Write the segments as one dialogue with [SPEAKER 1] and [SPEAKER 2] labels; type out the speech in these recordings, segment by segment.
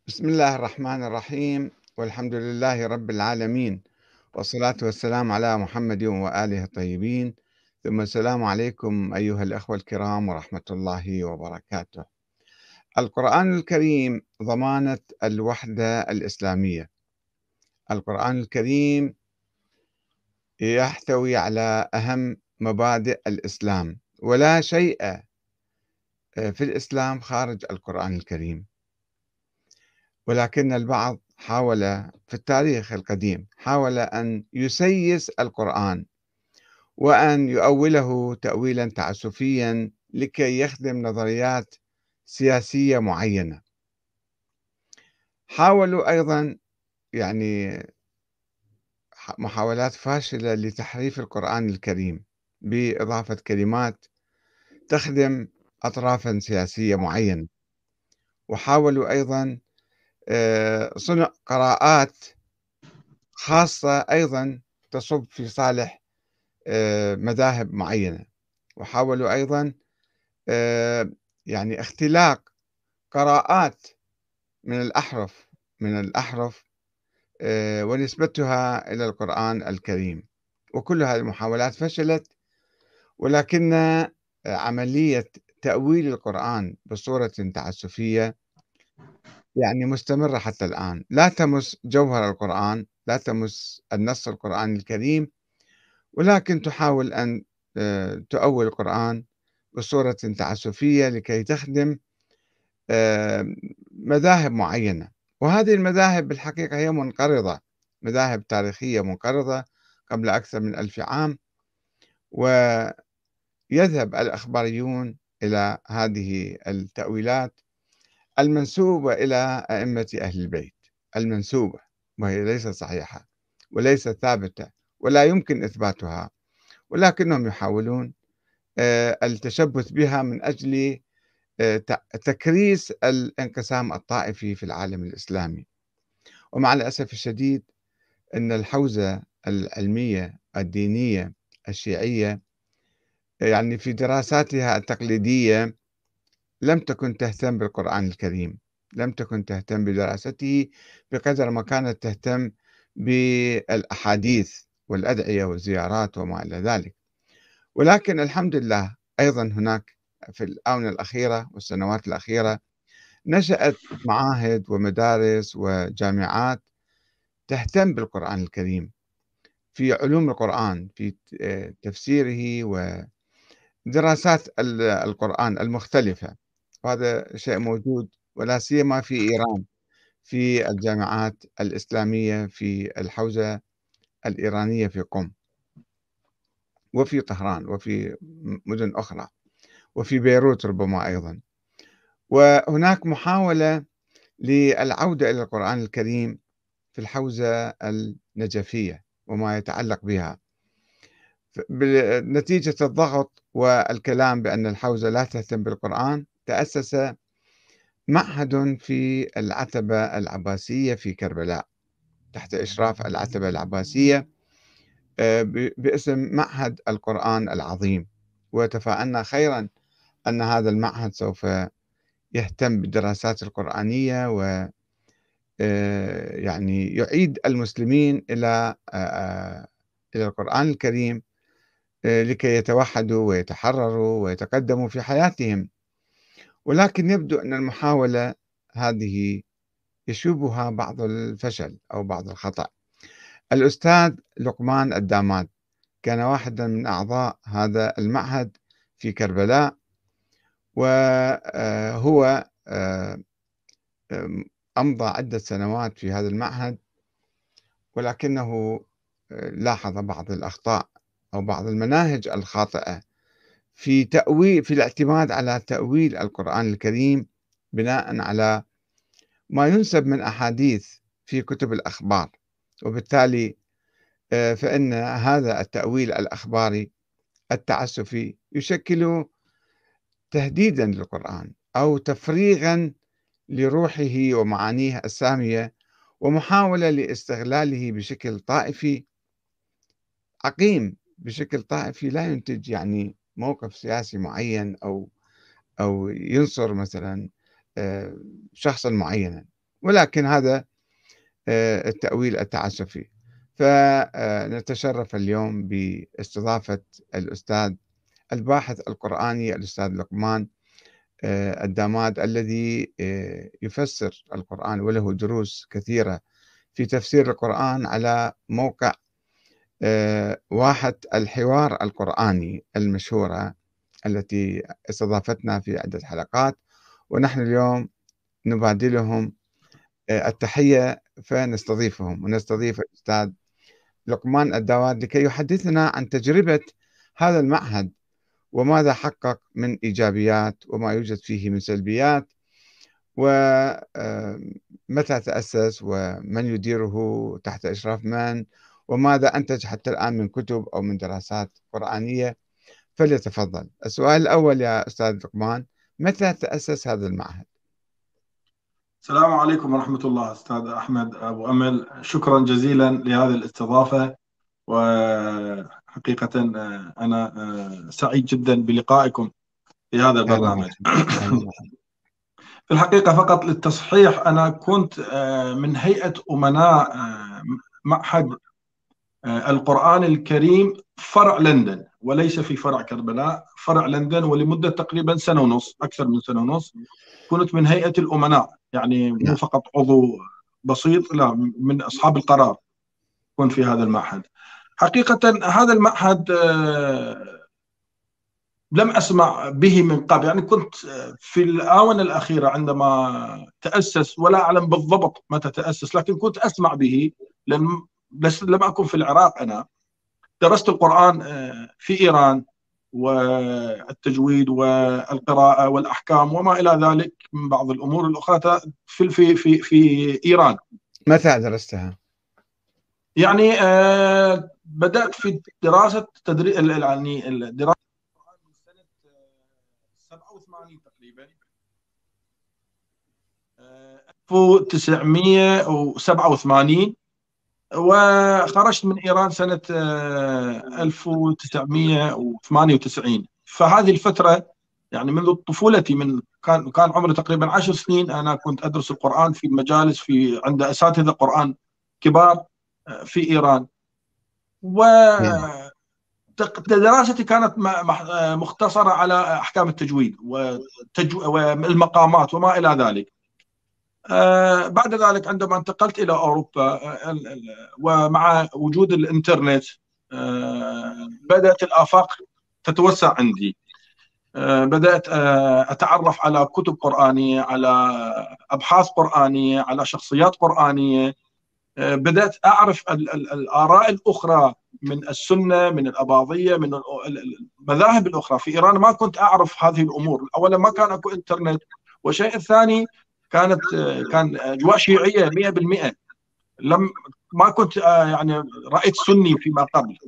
[SPEAKER 1] بسم الله الرحمن الرحيم والحمد لله رب العالمين والصلاة والسلام على محمد وآله الطيبين ثم السلام عليكم أيها الأخوة الكرام ورحمة الله وبركاته. القرآن الكريم ضمانة الوحدة الإسلامية. القرآن الكريم يحتوي على أهم مبادئ الإسلام، ولا شيء في الإسلام خارج القرآن الكريم. ولكن البعض حاول في التاريخ القديم أن يسيس القرآن وأن يؤوله تأويلا تعسفيا لكي يخدم نظريات سياسية معينة. حاولوا أيضا يعني محاولات فاشلة لتحريف القرآن الكريم بإضافة كلمات تخدم أطرافا سياسية معينة، وحاولوا أيضا صنع قراءات خاصة أيضا تصب في صالح مذاهب معينة، وحاولوا أيضا آآ يعني اختلاق قراءات من الأحرف ونسبتها إلى القرآن الكريم، وكل هذه المحاولات فشلت. ولكن عملية تأويل القرآن بصورة تعسفية يعني مستمرة حتى الآن، لا تمس جوهر القرآن، لا تمس النص القرآني الكريم، ولكن تحاول أن تؤول القرآن بصورة تعسفية لكي تخدم آآ مذاهب معينة، وهذه المذاهب بالحقيقة هي منقرضة، مذاهب تاريخية منقرضة قبل أكثر من 1000 عام، ويذهب الأخباريون إلى هذه التأويلات المنسوبة إلى أئمة أهل البيت، المنسوبة، وهي ليست صحيحة وليست ثابتة ولا يمكن إثباتها، ولكنهم يحاولون التشبث بها من أجل تكريس الانقسام الطائفي في العالم الإسلامي. ومع الأسف الشديد أن الحوزة العلمية الدينية الشيعية يعني في دراساتها التقليدية لم تكن تهتم بالقرآن الكريم، لم تكن تهتم بدراسته بقدر ما كانت تهتم بالأحاديث والأدعية والزيارات وما إلى ذلك. ولكن الحمد لله أيضا هناك في الآونة الأخيرة والسنوات الأخيرة نشأت معاهد ومدارس وجامعات تهتم بالقرآن الكريم في علوم القرآن، في تفسيره ودراسات القرآن المختلفة، وهذا شيء موجود ولا سيما في إيران، في الجامعات الإسلامية في الحوزة الإيرانية في قم وفي طهران وفي مدن أخرى وفي بيروت ربما أيضا. وهناك محاولة للعودة إلى القرآن الكريم في الحوزة النجفية وما يتعلق بها، نتيجة الضغط والكلام بأن الحوزة لا تهتم بالقرآن تأسس معهد في العتبة العباسية في كربلاء تحت إشراف العتبة العباسية باسم معهد القرآن العظيم. وتفاءلنا خيرا أن هذا المعهد سوف يهتم بالدراسات القرآنية و يعني يعيد المسلمين إلى القرآن الكريم لكي يتوحدوا ويتحرروا ويتقدموا في حياتهم. ولكن يبدو أن المحاولة هذه يشوبها بعض الفشل أو بعض الخطأ. الأستاذ لقمان الداماد كان واحدا من أعضاء هذا المعهد في كربلاء، وهو أمضى عدة سنوات في هذا المعهد، ولكنه لاحظ بعض الأخطاء أو بعض المناهج الخاطئة في الاعتماد على تأويل القرآن الكريم بناء على ما ينسب من أحاديث في كتب الأخبار. وبالتالي فإن هذا التأويل الأخباري التعسفي يشكل تهديدا للقرآن أو تفريغا لروحه ومعانيه السامية، ومحاولة لاستغلاله بشكل طائفي عقيم، بشكل طائفي لا ينتج يعني موقف سياسي معين أو ينصر مثلا آه، شخصا معينا، ولكن هذا التأويل التعسفي. فنتشرف اليوم باستضافة الأستاذ الباحث القرآني الأستاذ لقمان الداماد، الذي يفسر القرآن وله دروس كثيرة في تفسير القرآن على موقع واحة الحوار القرآني المشهورة التي استضافتنا في عدة حلقات، ونحن اليوم نبادلهم التحية فنستضيفهم، ونستضيف الأستاذ لقمان الدواد لكي يحدثنا عن تجربة هذا المعهد وماذا حقق من إيجابيات وما يوجد فيه من سلبيات، ومتى تأسس ومن يديره تحت إشراف من، وماذا أنتج حتى الآن من كتب أو من دراسات قرآنية. فليتفضل. السؤال الأول يا أستاذ لقمان: متى تأسس هذا المعهد؟
[SPEAKER 2] السلام عليكم ورحمة الله. أستاذ أحمد أبو أمل، شكرا جزيلا لهذه الاستضافة، وحقيقة أنا سعيد جدا بلقائكم في هذا البرنامج. في الحقيقة فقط للتصحيح، أنا كنت من هيئة أمناء معهد القرآن الكريم فرع لندن، وليس في فرع كربلاء، فرع لندن، ولمدة تقريبا سنة ونص، أكثر من سنة ونص كنت من هيئة الأمناء، يعني مو فقط عضو بسيط، لا، من أصحاب القرار كنت في هذا المعهد. حقيقة هذا المعهد لم أسمع به من قبل، يعني كنت في الآونة الأخيرة عندما تأسس، ولا أعلم بالضبط متى تأسس، لكن كنت أسمع به، بس لم أكن في العراق. أنا درست القرآن في إيران، والتجويد والقراءة والأحكام وما إلى ذلك من بعض الأمور الأخرى في إيران.
[SPEAKER 1] متى درستها؟
[SPEAKER 2] يعني بدأت في دراسة يعني الدراسة من سنة 87 تقريبا، 1987، وخرجت من إيران سنة 1998. فهذه الفترة يعني منذ طفولتي، من كان عمري تقريبا 10 سنين، أنا كنت أدرس القرآن في مجالس عند أساتذة قرآن كبار في إيران. ودراستي كانت مختصرة على أحكام التجويد والمقامات وما إلى ذلك. بعد ذلك عندما انتقلت إلى أوروبا، ومع وجود الإنترنت بدأت الآفاق تتوسع عندي. بدأت أتعرف على كتب قرآنية، على أبحاث قرآنية، على شخصيات قرآنية. بدأت أعرف الآراء الأخرى من السنة، من الأباضية، من المذاهب الأخرى. في إيران ما كنت أعرف هذه الأمور. أولا ما كان أكو إنترنت، والشيء الثاني كان أجواء شيعية 100%. ما كنت يعني رأيت سني فيما قبل.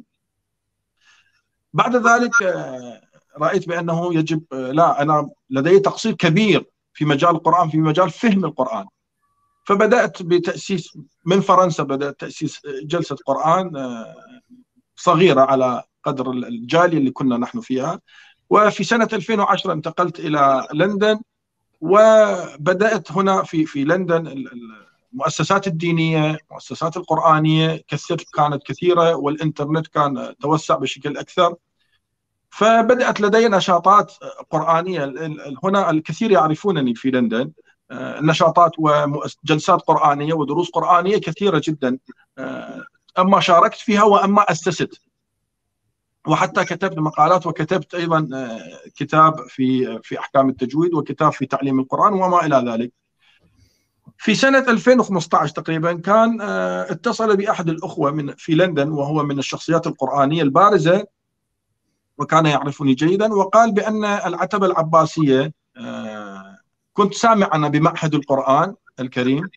[SPEAKER 2] بعد ذلك رأيت بأنه يجب، لا، أنا لدي تقصير كبير في مجال القرآن، في مجال فهم القرآن. فبدأت بتأسيس من فرنسا، بدأت تأسيس جلسة قرآن صغيرة على قدر الجالية اللي كنا نحن فيها. وفي سنة 2010 انتقلت إلى لندن، وبدأت هنا في لندن المؤسسات الدينية، المؤسسات القرآنية كانت كثيرة، والإنترنت كان توسع بشكل أكثر. فبدأت لدي نشاطات قرآنية. هنا الكثير يعرفونني في لندن، نشاطات وجلسات قرآنية ودروس قرآنية كثيرة جدا، أما شاركت فيها وأما أسست، وحتى كتبت مقالات، وكتبت أيضا كتاب في أحكام التجويد، وكتاب في تعليم القرآن وما إلى ذلك. في سنة 2015 تقريبا كان اتصل بأحد الأخوة في لندن، وهو من الشخصيات القرآنية البارزة وكان يعرفني جيدا، وقال بأن العتبة العباسية، كنت سامع أنا بمعهد القرآن الكريم،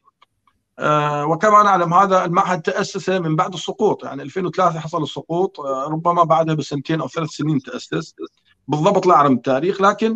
[SPEAKER 2] وكما نعلم هذا المعهد تأسس من بعد السقوط، يعني 2003 حصل السقوط، ربما بعدها بسنتين أو 3 سنين تأسس، بالضبط لا أعلم التاريخ. لكن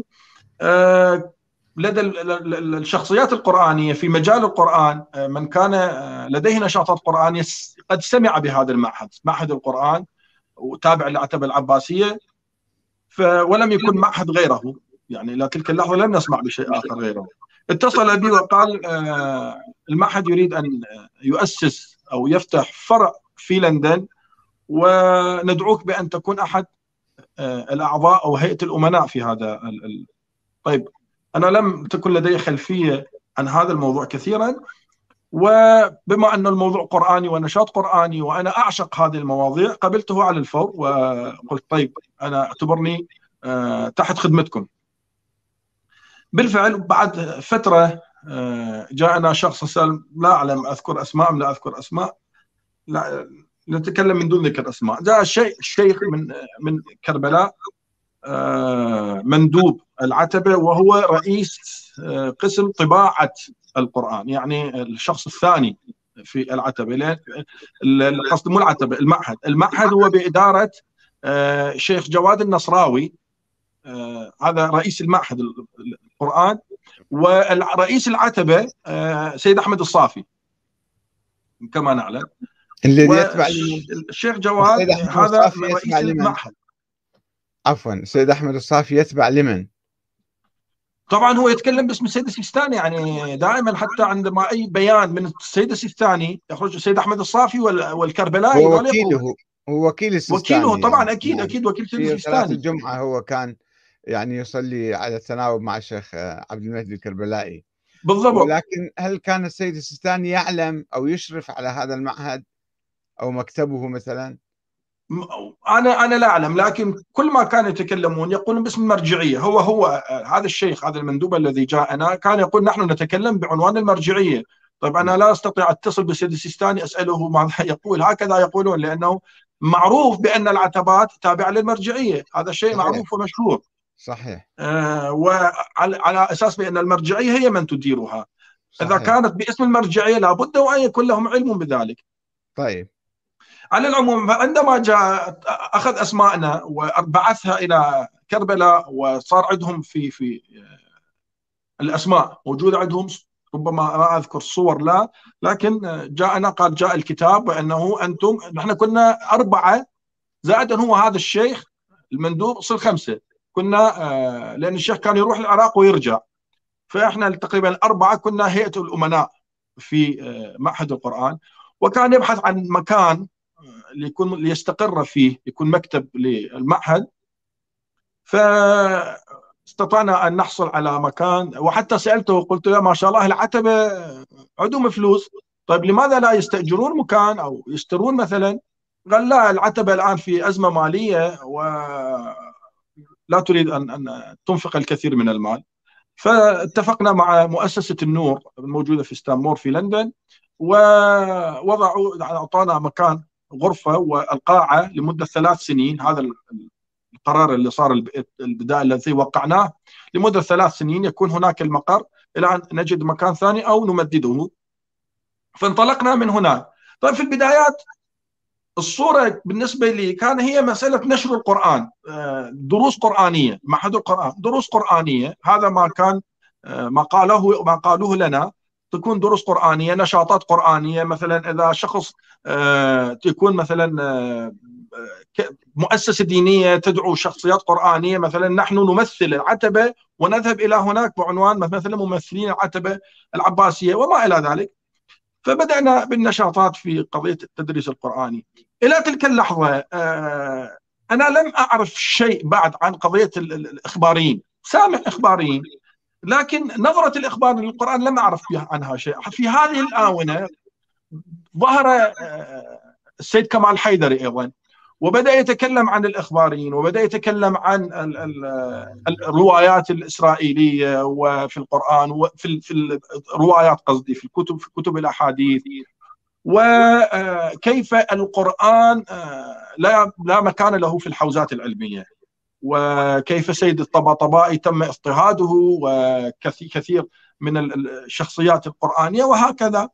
[SPEAKER 2] لدى الشخصيات القرآنية في مجال القرآن، من كان لديه نشاطات قرآنية قد سمع بهذا المعهد، معهد القرآن، وتابع للعتبة العباسية، ولم يكن معهد غيره، يعني إلى تلك اللحظة لم نسمع بشيء آخر غيره. اتصل بي وقال المعهد يريد أن يؤسس أو يفتح فرع في لندن، وندعوك بأن تكون أحد الأعضاء أو هيئة الأمناء في هذا طيب، أنا لم تكن لدي خلفية عن هذا الموضوع كثيرا، وبما أن الموضوع قرآني ونشاط قرآني وأنا أعشق هذه المواضيع قبلته على الفور، وقلت طيب أنا اعتبرني تحت خدمتكم. بالفعل بعد فترة جاءنا شخص سأل، لا أعلم أذكر أسماء أم لا أذكر أسماء، لا نتكلم من دون ذكر أسماء. جاء الشيخ من كربلاء، مندوب العتبة، وهو رئيس قسم طباعة القرآن، يعني الشخص الثاني في العتبة، قصد مو العتبة، المعهد هو بإدارة شيخ جواد النصراوي، هذا رئيس المعهد القرآن، ورئيس العتبة سيد أحمد الصافي كما نعلم.
[SPEAKER 1] الذي يتبع
[SPEAKER 2] الشيخ جواد هذا رئيس المعهد.
[SPEAKER 1] عفوا، السيد أحمد الصافي يتبع لمن؟
[SPEAKER 2] طبعا هو يتكلم باسم السيد السيستاني، يعني دائما حتى عندما اي بيان من السيد السيستاني يخرج السيد احمد الصافي والكربلائي،
[SPEAKER 1] هو وكيله، هو وكيل السيستاني.
[SPEAKER 2] وكيله طبعا،
[SPEAKER 1] يعني
[SPEAKER 2] اكيد وكيل السيد
[SPEAKER 1] في صلاة
[SPEAKER 2] السيستاني.
[SPEAKER 1] الجمعة هو كان يعني يصلي على التناوب مع الشيخ عبد المجيد الكربلائي.
[SPEAKER 2] بالضبط.
[SPEAKER 1] ولكن هل كان السيد السيستاني يعلم أو يشرف على هذا المعهد أو مكتبه مثلا؟
[SPEAKER 2] انا لا اعلم، لكن كل ما كانوا يتكلمون يقولون باسم المرجعيه. هو هذا الشيخ، هذا المندوب الذي جاءنا كان يقول نحن نتكلم بعنوان المرجعيه. طيب انا لا استطيع اتصل بالسيد السيستاني اساله ماذا يقول، هكذا يقولون، لانه معروف بان العتبات تابعه للمرجعيه، هذا شيء صحيح. معروف ومشهور.
[SPEAKER 1] صحيح.
[SPEAKER 2] وعلى اساس بان المرجعيه هي من تديرها. صحيح. اذا كانت باسم المرجعيه لابد وان يكون لهم علم بذلك.
[SPEAKER 1] طيب،
[SPEAKER 2] على العموم عندما جاء اخذ اسماءنا وبعثها الى كربلاء، وصار عندهم في الاسماء موجوده عندهم، ربما ما اذكر الصور لا، لكن جاءنا قال جاء الكتاب بانه انتم، نحن كنا 4 زائد هو هذا الشيخ المندوب، صار 5 كنا، لان الشيخ كان يروح العراق ويرجع، فاحنا تقريبا 4 كنا هيئه الامناء في معهد القرآن. وكان يبحث عن مكان ليستقر فيه، يكون مكتب للمعهد، فاستطعنا أن نحصل على مكان. وحتى سألته قلت له ما شاء الله العتبة عندهم فلوس، طيب لماذا لا يستأجرون مكان أو يشترون مثلا؟ قال لا، العتبة الآن في أزمة مالية ولا تريد أن تنفق الكثير من المال. فاتفقنا مع مؤسسة النور الموجودة في ستانمور في لندن، ووضعوا أعطانا مكان، غرفة والقاعة لمدة 3 سنين. هذا القرار اللي صار البداية الذي وقعناه، لمدة 3 سنين يكون هناك المقر إلى أن نجد مكان ثاني أو نمدده. فانطلقنا من هنا. طيب في البدايات الصورة بالنسبة لي كان هي مسألة نشر القرآن، دروس قرآنية، معهد القرآن دروس قرآنية، هذا ما كان ما قالوه لنا، تكون دروس قرآنية، نشاطات قرآنية. مثلا إذا شخص تكون مثلا مؤسسة دينية تدعو شخصيات قرآنية، مثلا نحن نمثل العتبة ونذهب إلى هناك بعنوان مثلا ممثلين العتبة العباسية وما إلى ذلك. فبدأنا بالنشاطات في قضية التدريس القرآني. إلى تلك اللحظة أنا لم أعرف شيء بعد عن قضية الإخباريين، سامع إخباريين، لكن نظرة الإخبار للقرآن لم أعرف عنها شيء. في هذه الآونة ظهر السيد كمال حيدري أيضا، وبدأ يتكلم عن الإخباريين، وبدأ يتكلم عن الروايات الإسرائيلية وفي القرآن، وفي الروايات قصدي في كتب الأحاديث، وكيف القرآن لا مكان له في الحوزات العلمية، وكيف سيد الطباطبائي تم اضطهاده، وكثير من الشخصيات القرآنية وهكذا.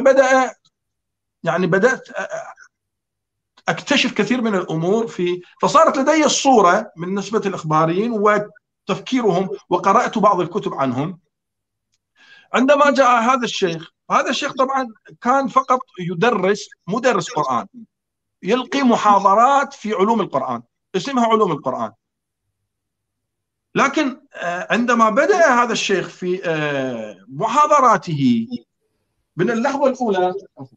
[SPEAKER 2] بدأت أكتشف كثير من الأمور فصارت لدي الصورة من نسبة الإخباريين وتفكيرهم، وقرأت بعض الكتب عنهم. عندما جاء هذا الشيخ طبعا كان فقط مدرس قرآن، يلقي محاضرات في علوم القرآن، اسمها علوم القرآن. لكن عندما بدأ هذا الشيخ في محاضراته من اللحظة الأولى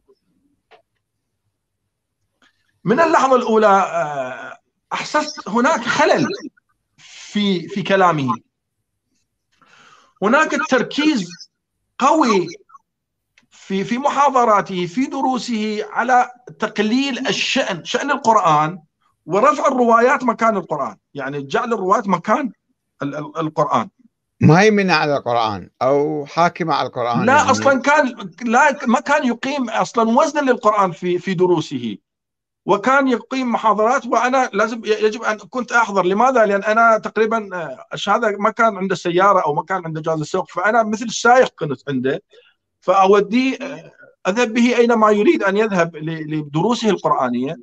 [SPEAKER 2] من اللحظة الأولى أحسست هناك خلل في كلامه. هناك التركيز قوي في محاضراته في دروسه على تقليل شأن القرآن، ورفع الروايات مكان القرآن، يعني جعل الروايات مكان القرآن،
[SPEAKER 1] مهيمنة على القرآن أو حاكمة على القرآن
[SPEAKER 2] لا
[SPEAKER 1] يعني.
[SPEAKER 2] أصلا كان لا ما كان يقيم أصلا وزنا للقرآن في دروسه، وكان يقيم محاضرات وأنا يجب أن كنت أحضر. لماذا؟ لأن أنا تقريبا الشهادة ما كان عنده سيارة أو ما كان عنده جواز السوق، فأنا مثل السائق كنت عنده، فأوديه أذهب به أينما يريد أن يذهب لدروسه القرآنية.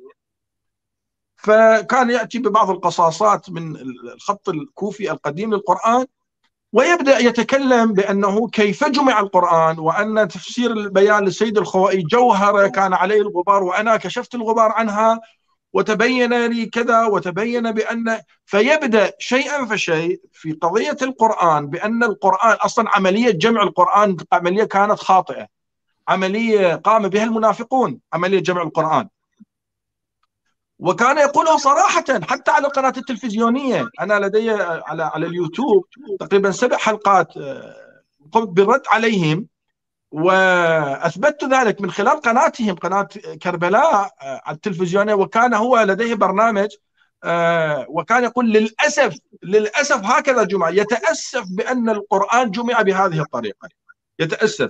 [SPEAKER 2] فكان يأتي ببعض القصاصات من الخط الكوفي القديم للقرآن، ويبدأ يتكلم بأنه كيف جمع القرآن، وأن تفسير البيان للسيد الخوئي جوهرة كان عليه الغبار وأنا كشفت الغبار عنها، وتبين لي كذا وتبين بأن، فيبدأ شيئا فشيء في قضية القرآن بأن القرآن أصلا عملية جمع القرآن عملية كانت خاطئة، عملية قام بها المنافقون، عملية جمع القرآن. وكان يقولها صراحة حتى على القناة التلفزيونية. أنا لدي على اليوتيوب تقريبا 7 حلقات قمت بالرد عليهم، وأثبتت ذلك من خلال قناتهم، قناة كربلاء على التلفزيونية. وكان هو لديه برنامج وكان يقول للأسف هكذا جمع، يتأسف بأن القرآن جمع بهذه الطريقة، يتأسف.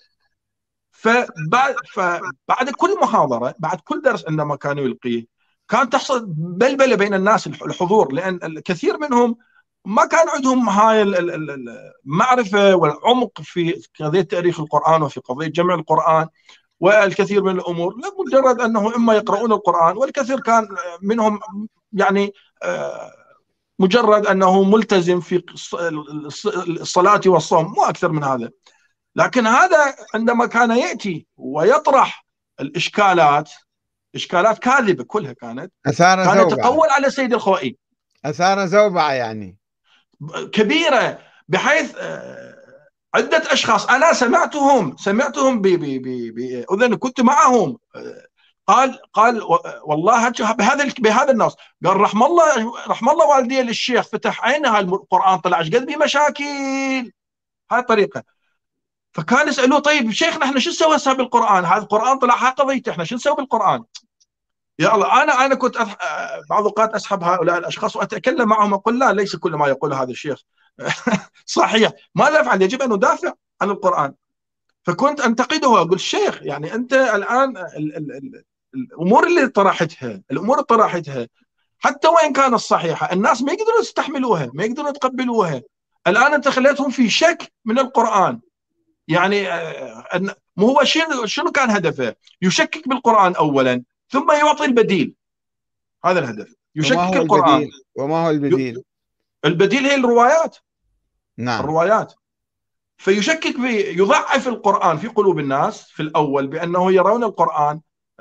[SPEAKER 2] فبعد كل محاضرة، بعد كل درس عندما كانوا يلقيه، كان تحصل بلبلة بين الناس الحضور، لأن الكثير منهم ما كان عندهم هاي المعرفة والعمق في قضية تاريخ القرآن وفي قضية جمع القرآن والكثير من الأمور، لمجرد أنه إما يقرؤون القرآن، والكثير كان منهم يعني مجرد أنه ملتزم في الصلاة والصوم، مو أكثر من هذا. لكن هذا عندما كان يأتي ويطرح الإشكالات، إشكالات كاذبة كلها كان يتقول على سيد الخوئي،
[SPEAKER 1] أثار زوبعة يعني
[SPEAKER 2] كبيرة، بحيث عدة أشخاص أنا سمعتهم بأذن، كنت معهم، قال والله بهذا النص، قال رحم الله والدي للشيخ، فتح عينها القرآن طلع ايش قد بمشاكل، هاي الطريقة. فكان يسالوه طيب شيخنا احنا شو نسوي هسه بالقران؟ هذا القران طلع هاي قضيته، احنا شو نسوي بالقران؟ يا الله، انا كنت بعض الاوقات اسحب هؤلاء الاشخاص واتكلم معهم، اقول لا، ليس كل ما يقول هذا الشيخ صحيح، ماذا افعل؟ يجب ان ندافع عن القران. فكنت انتقده واقول الشيخ يعني انت الان الامور اللي طرحتها حتى وان كانت صحيحه، الناس ما يقدرون يستحملوها، ما يقدرون يتقبلوها. الان انت خليتهم في شك من القران، يعني مو هو شنو كان هدفه؟ يشكك بالقرآن أولا، ثم يعطي البديل. هذا الهدف، يشكك القرآن.
[SPEAKER 1] وما هو البديل؟
[SPEAKER 2] البديل هي الروايات.
[SPEAKER 1] نعم.
[SPEAKER 2] الروايات. فيشكك يضعف القرآن في قلوب الناس في الأول، بأنه يرون القرآن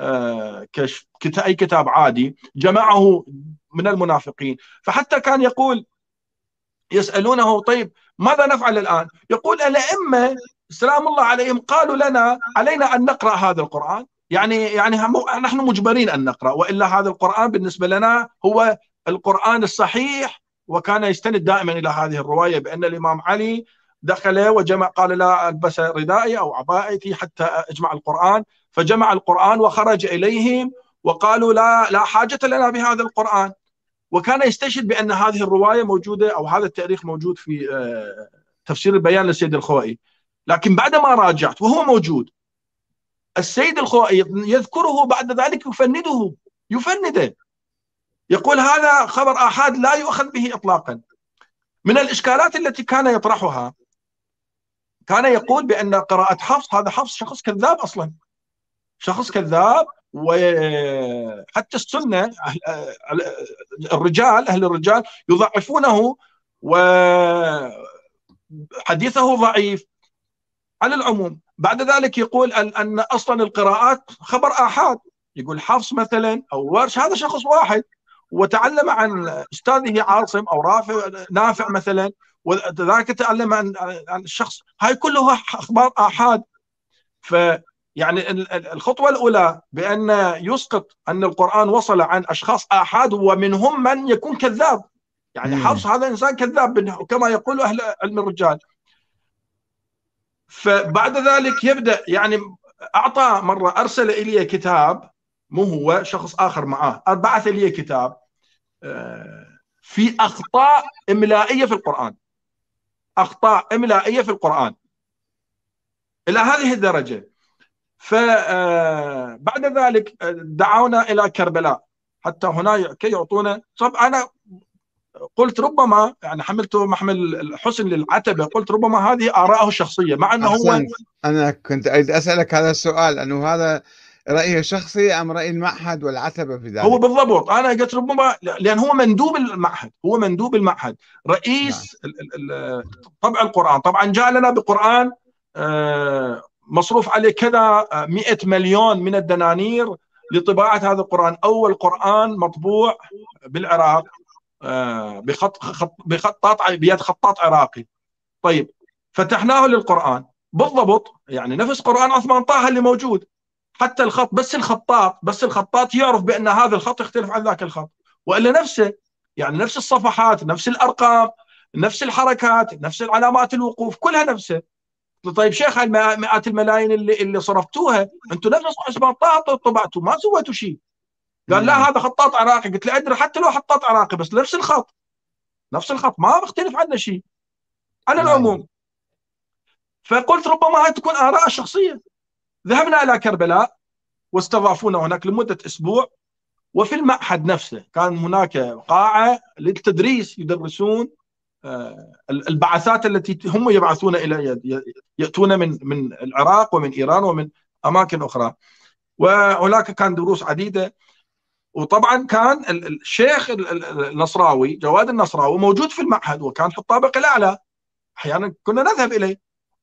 [SPEAKER 2] أي كتاب عادي جمعه من المنافقين. فحتى كان يقول، يسألونه طيب ماذا نفعل الآن؟ يقول الأئمة سلام الله عليهم قالوا علينا أن نقرأ هذا القرآن، يعني نحن مجبرين أن نقرأ، وإلا هذا القرآن بالنسبة لنا هو القرآن الصحيح. وكان يستند دائما إلى هذه الرواية بأن الإمام علي دخل وجمع، قال لا ألبس ردائي أو عبائتي حتى أجمع القرآن، فجمع القرآن وخرج إليهم وقالوا لا حاجة لنا بهذا القرآن. وكان يستشهد بأن هذه الرواية موجودة أو هذا التاريخ موجود في تفسير البيان للسيد الخوئي. لكن بعدما راجعت وهو موجود، السيد الخوئي يذكره بعد ذلك يفنده، يقول هذا خبر آحاد لا يؤخذ به إطلاقا. من الإشكالات التي كان يطرحها، كان يقول بأن قراءة حفص، هذا حفص شخص كذاب أصلا، شخص كذاب. وحتى السنة أهل الرجال يضعفونه وحديثه ضعيف على العموم. بعد ذلك يقول أن أصلا القراءات خبر آحاد، يقول حفص مثلا أو ورش هذا شخص واحد، وتعلم عن أستاذه عاصم أو نافع مثلا، وذاك تعلم عن الشخص، هاي كلها أخبار آحاد. ف يعني الخطوة الأولى بأن يسقط أن القرآن وصل عن أشخاص آحاد، ومنهم من يكون كذاب، يعني حفص هذا إنسان كذاب كما يقول أهل علم الرجال. فبعد ذلك يبدأ يعني أعطى مرة، أرسل إلي كتاب، مو هو، شخص آخر معاه، بعث لي كتاب في أخطاء إملائية في القرآن، أخطاء إملائية في القرآن إلى هذه الدرجة. فبعد ذلك دعونا إلى كربلاء حتى هنا كي يعطونا. طب أنا قلت ربما يعني حملته محمل الحسن للعتبة، قلت ربما هذه آراءه الشخصية، مع أنه هو
[SPEAKER 1] أحسنت. أنا كنت أريد أسألك هذا السؤال، أنه هذا رأيه الشخصي أم رأي المعهد والعتبة في
[SPEAKER 2] هو
[SPEAKER 1] ذلك؟
[SPEAKER 2] بالضبط. أنا قلت ربما لأن هو مندوب المعهد، هو مندوب المعهد،
[SPEAKER 1] نعم.
[SPEAKER 2] رئيس طبع القرآن. طبعا جاء لنا بقرآن مصروف عليه كذا 100 مليون من الدنانير لطباعة هذا القرآن، أول قرآن مطبوع بالعراق بخطاط بيد خطاط عراقي. طيب فتحناه للقرآن بالضبط، يعني نفس قرآن عثمان طه اللي موجود، حتى الخط، بس الخطاط يعرف بأن هذا الخط يختلف عن ذاك الخط، وإلا نفسه، يعني نفس الصفحات، نفس الأرقام، نفس الحركات، نفس العلامات الوقوف، كلها نفسه. طيب شيخ، مئات الملايين اللي صرفتوها انتم نفس عثمان طه طبعتوا، ما سويتوا شيء. قال لا هذا خطاط عراقي. قلت له ادري، حتى لو خطاط عراقي بس نفس الخط، نفس الخط ما بيختلف عنه شيء. على
[SPEAKER 1] نعم.
[SPEAKER 2] العموم، فقلت ربما هاي تكون آراء شخصية. ذهبنا إلى كربلاء واستضافونا هناك لمدة أسبوع، وفي المعهد نفسه كان هناك قاعة للتدريس، يدرسون البعثات التي هم يبعثون إلى، يأتون من العراق ومن إيران ومن أماكن أخرى، وهناك كان دروس عديدة. وطبعا كان الشيخ النصراوي جواد النصراوي موجود في المعهد، وكان في الطابق الأعلى، أحيانا كنا نذهب إليه.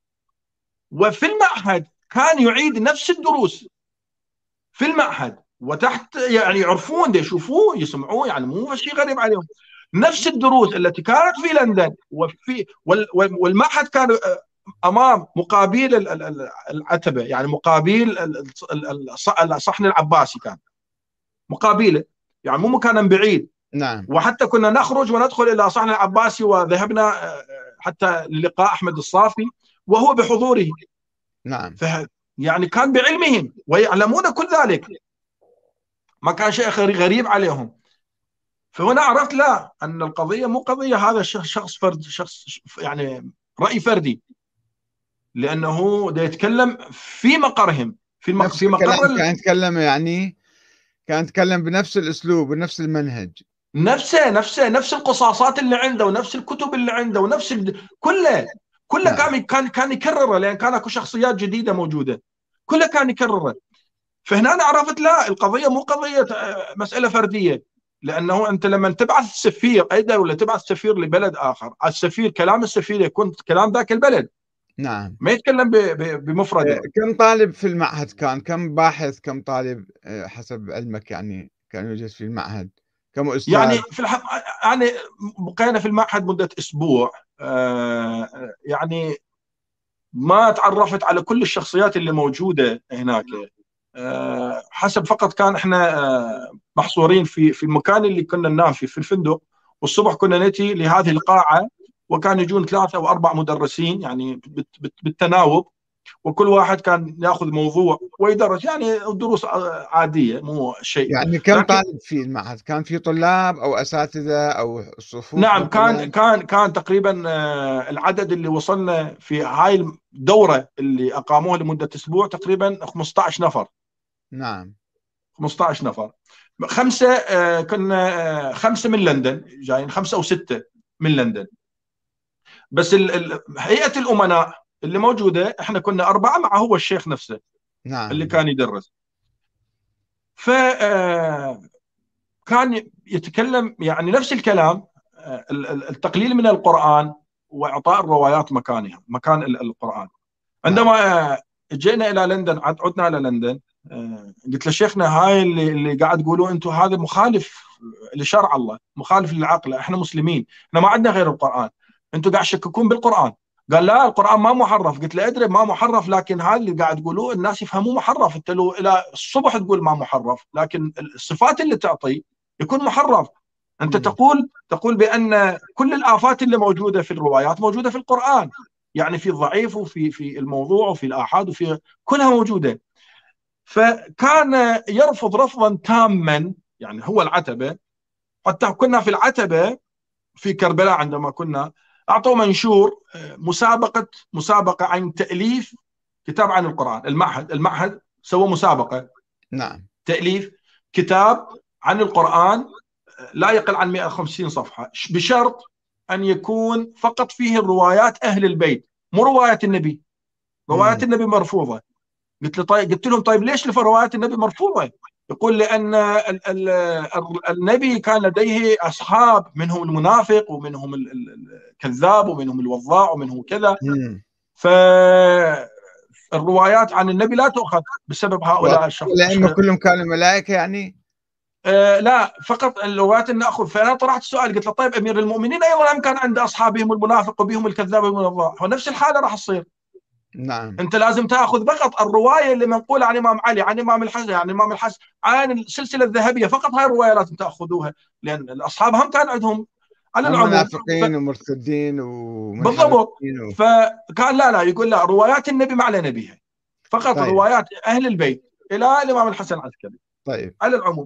[SPEAKER 2] وفي المعهد كان يعيد نفس الدروس في المعهد، وتحت يعني يعرفون، يشوفوه يسمعوه، يعني مو شيء غريب عليهم. نفس الدروس التي كانت في لندن والمعهد كان امام مقابل العتبه، يعني مقابل الصحن العباسي، كان مقابله، يعني مو مكانا بعيد.
[SPEAKER 1] نعم.
[SPEAKER 2] وحتى كنا نخرج وندخل الى صحن العباسي، وذهبنا حتى للقاء احمد الصافي وهو بحضوره.
[SPEAKER 1] نعم.
[SPEAKER 2] يعني كان بعلمهم ويعلمون كل ذلك، ما كان شيء غريب عليهم. فهنا عرفت لا، ان القضيه مو قضيه هذا شخص فرد، شخص يعني راي فردي، لانه ده يتكلم في مقرهم،
[SPEAKER 1] نفس
[SPEAKER 2] في
[SPEAKER 1] الكلام
[SPEAKER 2] مقر
[SPEAKER 1] كان يتكلم، يعني كان يتكلم بنفس الأسلوب ونفس المنهج.
[SPEAKER 2] نفس القصاصات اللي عنده، ونفس الكتب اللي عنده، ونفس كله
[SPEAKER 1] نعم.
[SPEAKER 2] كان يكرره، لان كان اكو شخصيات جديده موجوده، كله كان يكرره. فهنا أنا عرفت لا، القضيه مو قضيه مساله فرديه، لانه انت لما تبعث سفير اي دوله، تبعث سفير لبلد اخر، السفير كلام السفير يكون كلام ذاك البلد،
[SPEAKER 1] نعم.
[SPEAKER 2] ما يتكلم بمفرده.
[SPEAKER 1] كم طالب في المعهد كان؟ كم باحث، كم طالب حسب علمك يعني كان يوجد في المعهد؟ كم
[SPEAKER 2] يعني
[SPEAKER 1] أستاذ؟
[SPEAKER 2] يعني بقينا في المعهد مده اسبوع، يعني ما تعرفت على كل الشخصيات اللي موجوده هناك. حسب فقط كان احنا محصورين في المكان اللي كنا ننام فيه في الفندق، والصبح كنا نأتي لهذه القاعة، وكان يجون 3 أو 4 مدرسين يعني بالتناوب، وكل واحد كان ياخذ موضوع ويدرس، يعني دروس عادية، مو شيء.
[SPEAKER 1] يعني كم
[SPEAKER 2] لكن
[SPEAKER 1] طالب في المعهد؟ كان في طلاب أو أساتذة أو صفوف
[SPEAKER 2] نعم،
[SPEAKER 1] مثلا؟
[SPEAKER 2] كان تقريبا العدد اللي وصلنا في هاي الدورة اللي أقاموها لمدة أسبوع تقريبا 15 نفر.
[SPEAKER 1] نعم.
[SPEAKER 2] 15 نفر، خمسه كنا 5 من لندن جايين، 5 أو 6 من لندن. بس هيئه الامناء اللي موجوده احنا كنا 4 مع هو الشيخ نفسه اللي
[SPEAKER 1] نعم.
[SPEAKER 2] كان يدرس. ف كان يتكلم يعني نفس الكلام، التقليل من القرآن وإعطاء الروايات مكانها، مكان القرآن.
[SPEAKER 1] نعم.
[SPEAKER 2] عندما جينا إلى لندن، عدنا إلى لندن، قلت له شيخنا هاي اللي قاعد تقولوا انتم هذا مخالف لشرع الله، مخالف للعقل، احنا مسلمين، احنا ما عندنا غير القرآن، انتم قاعد تشككون بالقرآن. قال لا القرآن ما محرف. قلت له ادري ما محرف، لكن هذا اللي قاعد تقولوه الناس يفهموه محرف. انت لو الى الصبح تقول ما محرف، لكن الصفات اللي تعطي يكون محرف. انت
[SPEAKER 1] مم.
[SPEAKER 2] تقول بان كل الآفات اللي موجودة في الروايات موجودة في القرآن، يعني في الضعيف وفي الموضوع وفي الآحاد وفي كلها موجودة. فكان يرفض رفضا تاما، يعني هو العتبة. حتى كنا في العتبة في كربلاء عندما كنا، أعطوا منشور مسابقة عن تأليف كتاب عن القرآن. المعهد سوى مسابقة
[SPEAKER 1] نعم.
[SPEAKER 2] تأليف كتاب عن القرآن لا يقل عن 150 صفحة، بشرط أن يكون فقط فيه الروايات أهل البيت، مو رواية النبي. روايات
[SPEAKER 1] مم.
[SPEAKER 2] النبي مرفوضة. قلت لهم طيب ليش روايات النبي مرفوضة؟ يقول لأن النبي كان لديه أصحاب، منهم المنافق ومنهم الكذاب ومنهم الوضاع ومنهم كذا.
[SPEAKER 1] مم.
[SPEAKER 2] فالروايات عن النبي لا تؤخذ بسبب هؤلاء الشخص.
[SPEAKER 1] لأنه كلهم كانوا ملائكة يعني.
[SPEAKER 2] لا، فقط الروايات اللي ناخذ. فانا طرحت السؤال، قلت له طيب امير المؤمنين ايضا كان عند اصحابهم المنافق وبهم الكذاب وبهم الوضاع، ونفس الحاله راح تصير.
[SPEAKER 1] نعم.
[SPEAKER 2] انت لازم تاخذ فقط الروايه اللي منقوله عن امام علي، عن امام الحسن، عن امام الحسن، عن السلسله الذهبيه، فقط هاي الروايه لازم تاخذوها، لان الاصحاب هم كان عندهم على
[SPEAKER 1] هم
[SPEAKER 2] العموم.
[SPEAKER 1] منافقين ومرتدين
[SPEAKER 2] بالضبط.
[SPEAKER 1] ومنحرفين
[SPEAKER 2] فكان لا يقول لا، روايات النبي ما علينا بها، فقط
[SPEAKER 1] طيب.
[SPEAKER 2] روايات اهل البيت الى الامام الحسن العسكري
[SPEAKER 1] طيب.
[SPEAKER 2] على العموم.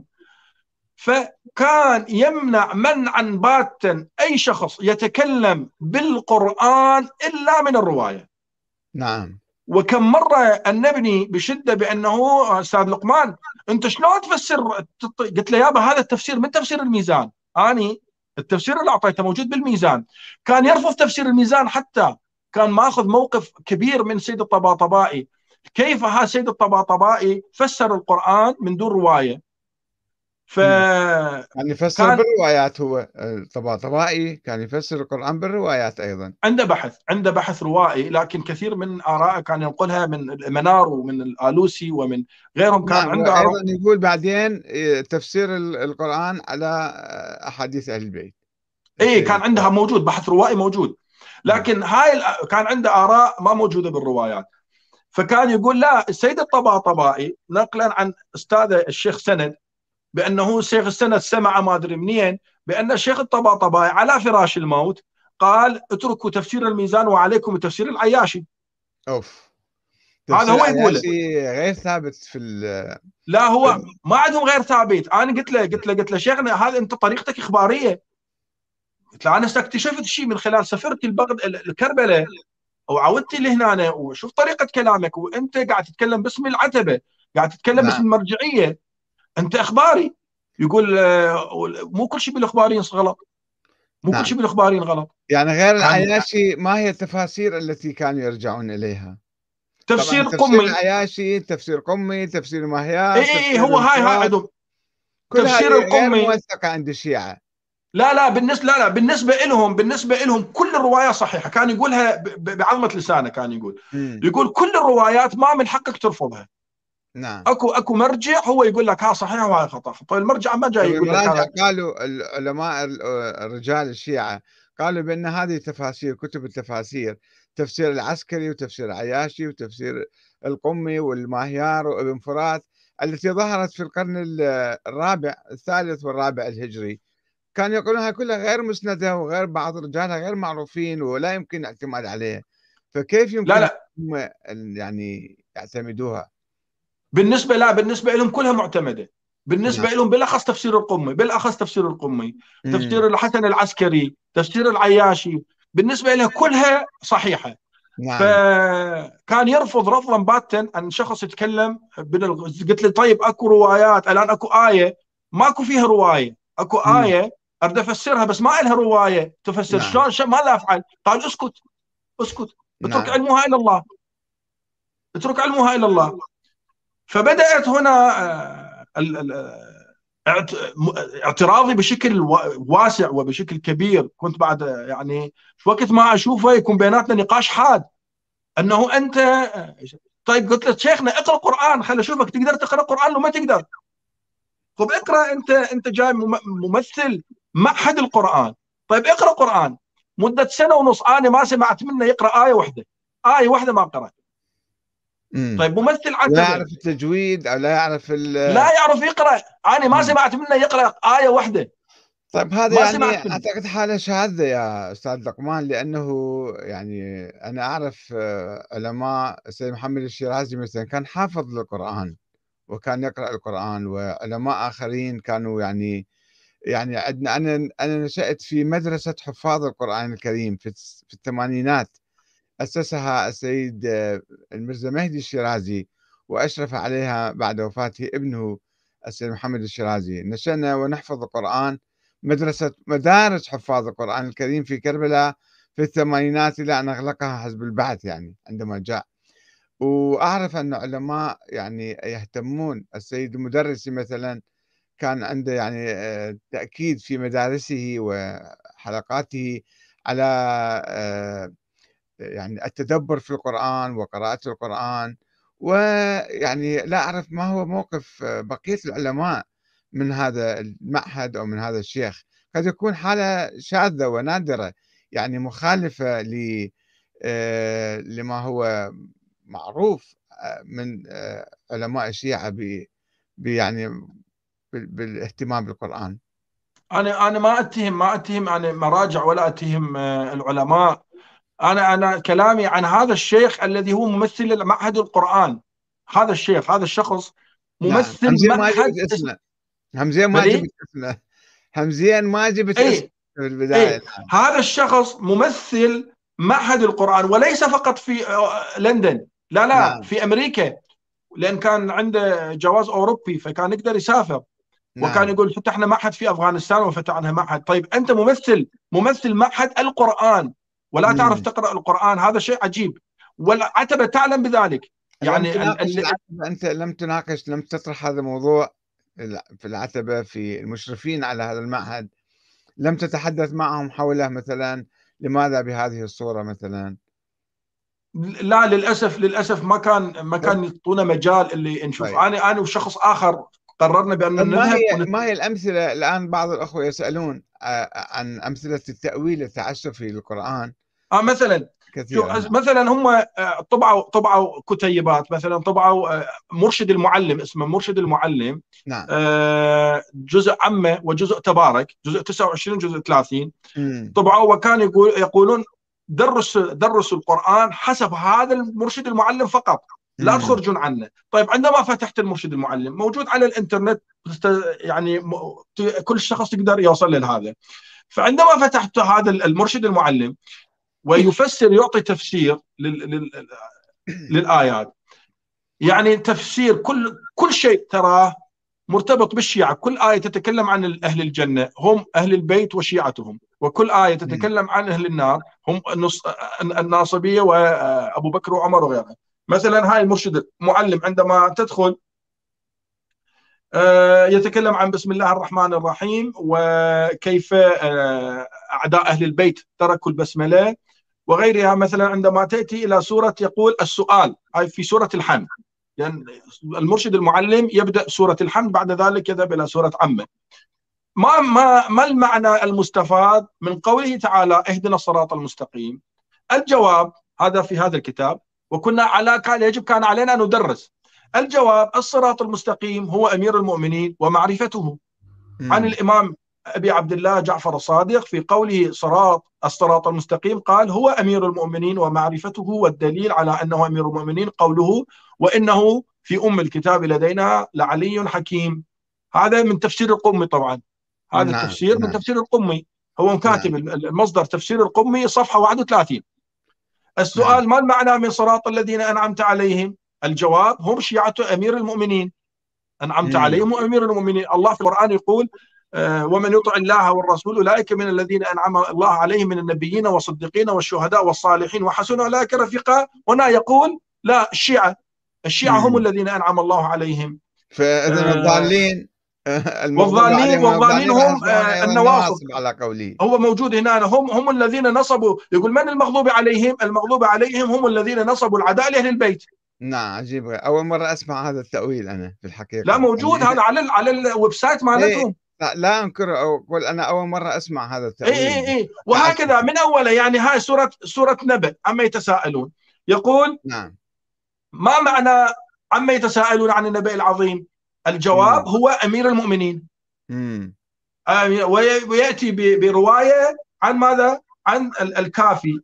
[SPEAKER 2] فكان يمنع منعا باتا اي شخص يتكلم بالقران الا من الروايه.
[SPEAKER 1] نعم.
[SPEAKER 2] وكم مرة أن نبني بشدة بأنه أستاذ لقمان أنت شلون تفسر؟ قلت له يابا هذا التفسير من تفسير الميزان. أني التفسير اللي أعطيته موجود بالميزان. كان يرفض تفسير الميزان، حتى كان ماخذ موقف كبير من سيد الطباطبائي. كيف ها سيد الطباطبائي فسر القرآن من دون رواية؟
[SPEAKER 1] يعني يفسر
[SPEAKER 2] فكان
[SPEAKER 1] بالروايات. هو الطباطبائي كان يفسر القرآن بالروايات أيضا.
[SPEAKER 2] عنده بحث روائي، لكن كثير من آرائه كان ينقلها من المنار ومن الآلوسي ومن غيرهم. كان
[SPEAKER 1] نعم.
[SPEAKER 2] عنده آراء.
[SPEAKER 1] وأيضا يقول بعدين تفسير القرآن على أحاديث أهل البيت.
[SPEAKER 2] اي كان
[SPEAKER 1] السيد.
[SPEAKER 2] عندها موجود، بحث روائي موجود.
[SPEAKER 1] مم.
[SPEAKER 2] لكن كان عنده آراء ما موجودة بالروايات. فكان يقول لا، السيد الطباطبائي نقلا عن أستاذه الشيخ سند، بأنه الشيخ السند سمع ما أدري منين بأن الشيخ الطباطبائي على فراش الموت قال اتركوا تفسير الميزان وعليكم تفسير العياشي.
[SPEAKER 1] أوف.
[SPEAKER 2] هذا
[SPEAKER 1] تفسير
[SPEAKER 2] هو يقوله.
[SPEAKER 1] عياشي غير ثابت في
[SPEAKER 2] لا هو ما عندهم غير ثابت. انا قلت له شيخنا هذا انت طريقتك اخباريه. قلت له انا اكتشفت شيء من خلال سفرت الكربلاء وعودتي لهنا وشوف طريقه كلامك، وانت قاعد تتكلم باسم العتبه، قاعد تتكلم باسم
[SPEAKER 1] نعم.
[SPEAKER 2] المرجعيه، انت اخباري. يقول مو كل شيء بالاخباريين غلط، مو كل
[SPEAKER 1] نعم.
[SPEAKER 2] شيء بالاخباريين غلط.
[SPEAKER 1] يعني غير
[SPEAKER 2] كان
[SPEAKER 1] العياشي ما هي التفاسير التي كانوا يرجعون إليها؟ طبعا
[SPEAKER 2] تفسير
[SPEAKER 1] تفسير
[SPEAKER 2] قمي.
[SPEAKER 1] العياشي، تفسير قمي، تفسير
[SPEAKER 2] اي
[SPEAKER 1] ماهيار،
[SPEAKER 2] اي
[SPEAKER 1] تفسير
[SPEAKER 2] هو هاي
[SPEAKER 1] الفرات،
[SPEAKER 2] عندهم
[SPEAKER 1] كل
[SPEAKER 2] تفسير
[SPEAKER 1] هذه غير
[SPEAKER 2] القمي.
[SPEAKER 1] موثقة عند الشيعة.
[SPEAKER 2] لا بالنسبه لهم كل الروايات صحيحه. كان يقولها بعظمه لسانه. كان
[SPEAKER 1] مم.
[SPEAKER 2] يقول كل الروايات ما من حقك ترفضها.
[SPEAKER 1] نعم.
[SPEAKER 2] اكو مرجع هو يقول لك ها صحيح وهاي خطا. طيب المرجع ما جاي
[SPEAKER 1] طيب
[SPEAKER 2] يقول لك
[SPEAKER 1] المراجع
[SPEAKER 2] هذا.
[SPEAKER 1] قالوا العلماء الرجال الشيعة قالوا بأن هذه تفاسير، كتب التفاسير، تفسير العسكري وتفسير العياشي وتفسير القمي والماهيار وابن فرات، التي ظهرت في القرن الرابع الثالث والرابع الهجري، كانوا يقولونها كلها غير مسندة وغير بعض رجالها غير معروفين ولا يمكن الاعتماد عليها. فكيف
[SPEAKER 2] لا
[SPEAKER 1] يمكن
[SPEAKER 2] لا
[SPEAKER 1] هم يعني يعتمدوها؟
[SPEAKER 2] بالنسبه لهم كلها معتمده.
[SPEAKER 1] نعم.
[SPEAKER 2] بالنسبه لهم بالاخص تفسير القمي، بالاخص تفسير القمي،
[SPEAKER 1] مم.
[SPEAKER 2] تفسير الحسن العسكري، تفسير العياشي، بالنسبه لها كلها صحيحه.
[SPEAKER 1] نعم.
[SPEAKER 2] فكان يرفض رفضا باتا ان شخص يتكلم قلت له طيب اكو روايات الان، اكو ايه ماكو فيها روايه، اكو
[SPEAKER 1] مم.
[SPEAKER 2] ايه اريد افسرها بس ما لها روايه تفسر،
[SPEAKER 1] نعم.
[SPEAKER 2] شلون ماذا افعل؟ قال اسكت، اسكت، اترك
[SPEAKER 1] نعم.
[SPEAKER 2] علمها الى الله، اترك علمها الى الله. فبدات هنا اعتراضي بشكل واسع وبشكل كبير. كنت بعد يعني وقت ما اشوفه يكون بيناتنا نقاش حاد، انه انت طيب قلت له شيخنا اقرا قران، خلي اشوفك تقدر تقرا قران لو ما تقدر. طيب اقرا، انت جاي ممثل معهد القران، طيب اقرا قران. مده سنه ونص انا ما سمعت منه يقرا ايه واحده، ايه واحده ما قرأ.
[SPEAKER 1] امم
[SPEAKER 2] طيب ممثل
[SPEAKER 1] لا
[SPEAKER 2] عتبه
[SPEAKER 1] يعرف التجويد او لا يعرف
[SPEAKER 2] لا يعرف يقرا، انا ما
[SPEAKER 1] مم.
[SPEAKER 2] سمعت منه يقرا ايه واحده،
[SPEAKER 1] طيب هذا
[SPEAKER 2] ما
[SPEAKER 1] يعني
[SPEAKER 2] سمعت منه.
[SPEAKER 1] اعتقد حالة شاذة يا استاذ لقمان، لانه يعني انا اعرف علماء السيد محمد الشيرازي مثلا كان حافظ للقرآن وكان يقرأ القرآن، وعلماء آخرين كانوا يعني عندنا. أنا نشأت في مدرسة حفاظ القرآن الكريم في الثمانينات، أسسها السيد الميرزا مهدي الشيرازي، وأشرف عليها بعد وفاته ابنه السيد محمد الشيرازي. نشأنا ونحفظ القرآن، مدارس حفاظ القرآن الكريم في كربلاء في الثمانينات، إلى أن أغلقها حزب البعث يعني عندما جاء. وأعرف أن علماء يعني يهتمون. السيد المدرسي مثلا كان عنده يعني تأكيد في مدارسه وحلقاته على يعني التدبر في القرآن وقراءة القرآن. ويعني لا أعرف ما هو موقف بقية العلماء من هذا المعهد أو من هذا الشيخ. قد يكون حالة شاذة ونادرة، يعني مخالفة لما هو معروف من علماء الشيعة يعني بالاهتمام بالقرآن.
[SPEAKER 2] انا ما اتهم انا مراجع ولا اتهم العلماء. انا كلامي عن هذا الشيخ الذي هو ممثل معهد القرآن. هذا الشيخ، هذا الشخص
[SPEAKER 1] نعم،
[SPEAKER 2] ممثل
[SPEAKER 1] همزين ما
[SPEAKER 2] معهد
[SPEAKER 1] جبت اسمه. همزين ما
[SPEAKER 2] بلي.
[SPEAKER 1] جبت اسمه. همزين ما جبت اسمه
[SPEAKER 2] اي
[SPEAKER 1] في البداية.
[SPEAKER 2] اي
[SPEAKER 1] نعم.
[SPEAKER 2] هذا الشخص ممثل معهد القرآن، وليس فقط في لندن، لا لا،
[SPEAKER 1] نعم.
[SPEAKER 2] في امريكا، لان كان عنده جواز اوروبي فكان يقدر يسافر. وكان
[SPEAKER 1] نعم.
[SPEAKER 2] يقول حتى احنا معهد في افغانستان وفتحنا معهد. طيب انت ممثل معهد القرآن ولا تعرف
[SPEAKER 1] مم.
[SPEAKER 2] تقرأ القرآن؟ هذا شيء عجيب، والعتبة تعلم بذلك.
[SPEAKER 1] لم
[SPEAKER 2] يعني
[SPEAKER 1] تناقش العتبة أنت؟ لم تطرح هذا الموضوع في العتبة، في المشرفين على هذا المعهد؟ لم تتحدث معهم حوله مثلا؟ لماذا بهذه الصورة مثلا؟
[SPEAKER 2] لا، للاسف ما كان
[SPEAKER 1] طيب.
[SPEAKER 2] يعطونا مجال اللي نشوف.
[SPEAKER 1] طيب.
[SPEAKER 2] انا وشخص اخر قررنا بان
[SPEAKER 1] طيب
[SPEAKER 2] نذهب
[SPEAKER 1] ما هي الأمثلة الآن؟ بعض الأخوة يسألون عن أمثلة التأويل التعسفي للقرآن.
[SPEAKER 2] مثلا شوف،
[SPEAKER 1] كثيرة. نعم.
[SPEAKER 2] مثلا هم طبعوا كتيبات، مثلا طبعوا مرشد المعلم، اسمه مرشد المعلم،
[SPEAKER 1] نعم.
[SPEAKER 2] جزء عامة وجزء تبارك، جزء 29 جزء 30.
[SPEAKER 1] مم.
[SPEAKER 2] طبعوا وكان يقولون درسوا القرآن حسب هذا المرشد المعلم فقط، لا
[SPEAKER 1] مم.
[SPEAKER 2] تخرجون عنه. طيب عندما فتحت المرشد المعلم موجود على الانترنت، يعني كل شخص يقدر يوصل لهذا. فعندما فتحت هذا المرشد المعلم ويفسر، يعطي تفسير للآيات، يعني تفسير كل شيء تراه مرتبط بالشيعة. كل آية تتكلم عن أهل الجنة هم أهل البيت وشيعتهم، وكل آية
[SPEAKER 1] مم.
[SPEAKER 2] تتكلم عن أهل النار هم الناصبية وأبو بكر وعمر وغيرها. مثلا هاي المرشد المعلم عندما تدخل يتكلم عن بسم الله الرحمن الرحيم، وكيف أعداء أهل البيت تركوا البسملة وغيرها. مثلا عندما تأتي إلى سورة يقول السؤال، هاي في سورة الحمد، لأن المرشد المعلم يبدأ سورة الحمد، بعد ذلك يذهب إلى سورة عمة. ما المعنى المستفاد من قوله تعالى اهدنا الصراط المستقيم؟ الجواب هذا في هذا الكتاب، وكنا كان علينا أن ندرس الجواب. الصراط المستقيم هو أمير المؤمنين ومعرفته، عن
[SPEAKER 1] مم.
[SPEAKER 2] الإمام أبي عبد الله جعفر الصادق في قوله الصراط المستقيم، قال هو أمير المؤمنين ومعرفته، والدليل على أنه أمير المؤمنين قوله وإنه في أم الكتاب لدينا لعلي حكيم. هذا من تفسير القمي طبعا، هذا
[SPEAKER 1] نعم.
[SPEAKER 2] التفسير من
[SPEAKER 1] نعم.
[SPEAKER 2] تفسير القمي، هو كاتب
[SPEAKER 1] نعم.
[SPEAKER 2] المصدر تفسير القمي صفحة 31.
[SPEAKER 1] نعم.
[SPEAKER 2] السؤال ما المعنى من صراط الذين أنعمت عليهم؟ الجواب هم شيعة أمير المؤمنين، أنعمت
[SPEAKER 1] مم.
[SPEAKER 2] عليهم وأمير المؤمنين. الله في القرآن يقول ومن يطع الله والرسول أولئك من الذين أنعم الله عليهم من النبيين والصديقين والشهداء والصالحين وحسن أولئك رفيقا. هنا يقول لا، الشيعة هم
[SPEAKER 1] مم.
[SPEAKER 2] الذين أنعم الله عليهم.
[SPEAKER 1] فإذا
[SPEAKER 2] آه،
[SPEAKER 1] الضالين المغضوب عليهم
[SPEAKER 2] والضالين
[SPEAKER 1] والضالين راح
[SPEAKER 2] هم
[SPEAKER 1] يصبحون أيضا
[SPEAKER 2] النواصب.
[SPEAKER 1] نواصب على قولي.
[SPEAKER 2] هو موجود هنا، هم الذين نصبوا. يقول من المغضوب عليهم؟ المغضوب عليهم هم الذين نصبوا العداء لأهل البيت.
[SPEAKER 1] نعم، عجيب، أول مرة أسمع هذا التأويل أنا في
[SPEAKER 2] لا،
[SPEAKER 1] الحقيقة
[SPEAKER 2] موجود
[SPEAKER 1] يعني.
[SPEAKER 2] هذا على الويب سايت
[SPEAKER 1] إيه.
[SPEAKER 2] مالتهم.
[SPEAKER 1] لا أنكر أو أقول أنا أول مرة أسمع هذا
[SPEAKER 2] اي اي
[SPEAKER 1] التأويل.
[SPEAKER 2] اي، وهكذا
[SPEAKER 1] تعسف.
[SPEAKER 2] من اولها. يعني هاي سوره نبأ عما يتساءلون. يقول:
[SPEAKER 1] نعم.
[SPEAKER 2] ما معنى عما يتساءلون عن النبأ العظيم؟ الجواب
[SPEAKER 1] مم.
[SPEAKER 2] هو امير المؤمنين.
[SPEAKER 1] مم.
[SPEAKER 2] وياتي بروايه عن ماذا؟ عن الكافي.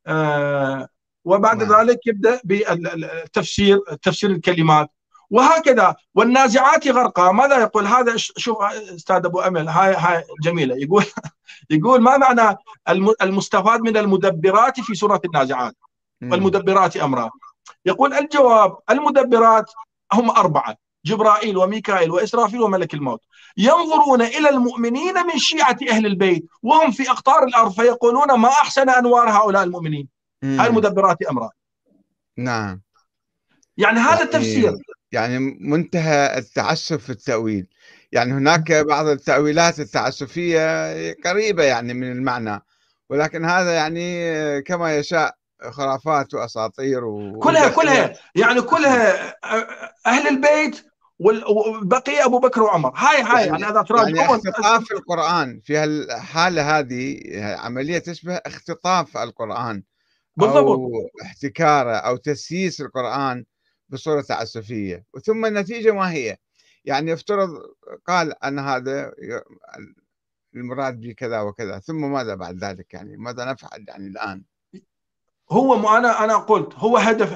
[SPEAKER 2] وبعد
[SPEAKER 1] نعم.
[SPEAKER 2] ذلك يبدا بالتفسير، تفسير الكلمات. وهكذا. والنازعات غرقا، ماذا يقول هذا؟ شوف استاذ ابو امل، هاي جميله. يقول يقول: ما معنى المستفاد من المدبرات في سوره النازعات؟
[SPEAKER 1] مم.
[SPEAKER 2] والمدبرات امرا. يقول: الجواب: المدبرات هم اربعه: جبرائيل وميكائيل واسرافيل وملك الموت، ينظرون الى المؤمنين من شيعه اهل البيت وهم في اقطار الارض فيقولون: ما احسن انوار هؤلاء المؤمنين. هاي
[SPEAKER 1] مم.
[SPEAKER 2] المدبرات امرا.
[SPEAKER 1] نعم.
[SPEAKER 2] يعني هذا
[SPEAKER 1] يعني
[SPEAKER 2] التفسير.
[SPEAKER 1] يعني منتهى التعسف في التأويل. يعني هناك بعض التأويلات التعسفية قريبة يعني من المعنى، ولكن هذا يعني كما يشاء، خرافات وأساطير
[SPEAKER 2] كلها
[SPEAKER 1] ويدخلها.
[SPEAKER 2] كلها يعني كلها اهل البيت وبقي ابو بكر وعمر. هاي
[SPEAKER 1] يعني
[SPEAKER 2] يعني اذا
[SPEAKER 1] يعني
[SPEAKER 2] تراجعون.
[SPEAKER 1] اختطاف القرآن في الحالة هذه، عملية تشبه اختطاف القرآن
[SPEAKER 2] بالضبط.
[SPEAKER 1] أو احتكاره أو تسييس القرآن بصورة تعسفية، ثم النتيجة ما هي؟ يعني يفترض قال أن هذا المراد به كذا وكذا، ثم ماذا بعد ذلك؟ يعني ماذا نفعل يعني الآن؟
[SPEAKER 2] هو انا قلت هو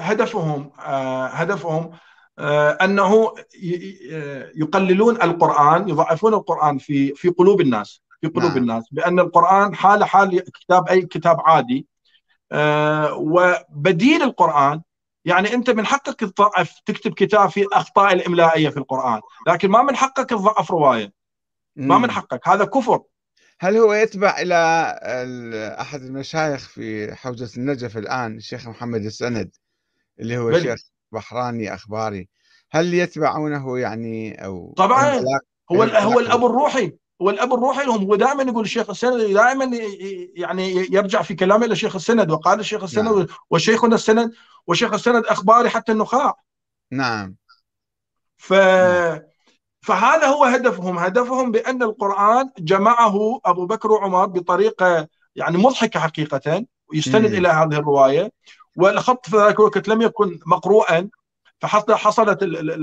[SPEAKER 2] هدفهم انه يقللون القران، يضعفون القران في قلوب الناس، في قلوب
[SPEAKER 1] نعم.
[SPEAKER 2] الناس، بان القران حال كتاب، اي كتاب عادي. وبديل القران، يعني انت من حقك تضعف، تكتب كتاب فيه الاخطاء الاملائيه في القران، لكن ما من حقك تضعف روايه. ما من
[SPEAKER 1] مم.
[SPEAKER 2] حقك، هذا كفر.
[SPEAKER 1] هل هو يتبع إلى أحد المشايخ في حوزة النجف الآن، الشيخ محمد السند، اللي هو شيخ
[SPEAKER 2] بل
[SPEAKER 1] بحراني أخباري؟ هل يتبعونه يعني أو لهم
[SPEAKER 2] طبعا.
[SPEAKER 1] علاقة؟
[SPEAKER 2] هو
[SPEAKER 1] لهم
[SPEAKER 2] هو
[SPEAKER 1] علاقة؟
[SPEAKER 2] الاب الروحي، هو الاب الروحي لهم. هو دائما يقول الشيخ السند، دائما يعني يرجع في كلامه الى الشيخ السند، وقال الشيخ
[SPEAKER 1] نعم.
[SPEAKER 2] السند وشيخنا السند، وشيخ السند اخباري حتى النخاع.
[SPEAKER 1] نعم.
[SPEAKER 2] ف
[SPEAKER 1] نعم.
[SPEAKER 2] فهذا هو هدفهم. هدفهم بان القران جمعه ابو بكر وعمر بطريقه يعني مضحكه حقيقه، ويستند
[SPEAKER 1] مم.
[SPEAKER 2] الى هذه الروايه. والخط في ذلك الوقت لم يكن مقروءا، فحصلت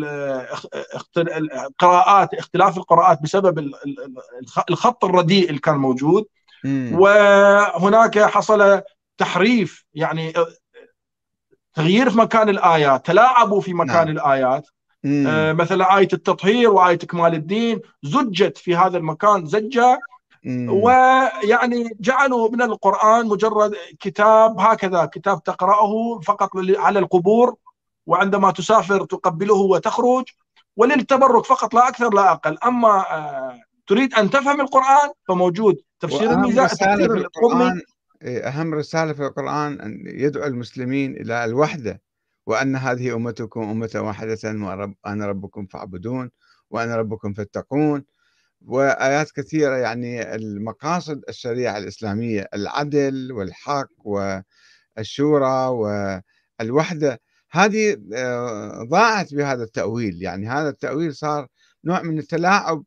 [SPEAKER 2] القراءات، اختلاف القراءات بسبب الخط الرديء اللي كان موجود.
[SPEAKER 1] مم.
[SPEAKER 2] وهناك حصل تحريف، يعني تغيير في مكان الآيات، تلاعبوا في مكان
[SPEAKER 1] نعم.
[SPEAKER 2] الآيات.
[SPEAKER 1] مم.
[SPEAKER 2] مثلا آية التطهير وآية إكمال الدين زجت في هذا المكان زجة.
[SPEAKER 1] مم.
[SPEAKER 2] ويعني جعلوا من القرآن مجرد كتاب، هكذا كتاب تقرأه فقط على القبور، وعندما تسافر تقبله وتخرج، وللتبرك فقط، لا أكثر لا أقل. أما تريد أن تفهم القرآن فموجود تفسير
[SPEAKER 1] وأهم
[SPEAKER 2] الميزان،
[SPEAKER 1] رسالة
[SPEAKER 2] تفسير
[SPEAKER 1] في
[SPEAKER 2] القرمي.
[SPEAKER 1] القرآن، أهم رسالة في القرآن أن يدعو المسلمين إلى الوحدة، وأن هذه أمتكم أمة واحدة وأنا ربكم فاعبدون وأنا ربكم فاتقون. وآيات كثيرة يعني المقاصد الشريعة الإسلامية: العدل والحق والشورى والوحدة. هذه ضاعت بهذا التأويل. يعني هذا التأويل صار نوع من التلاعب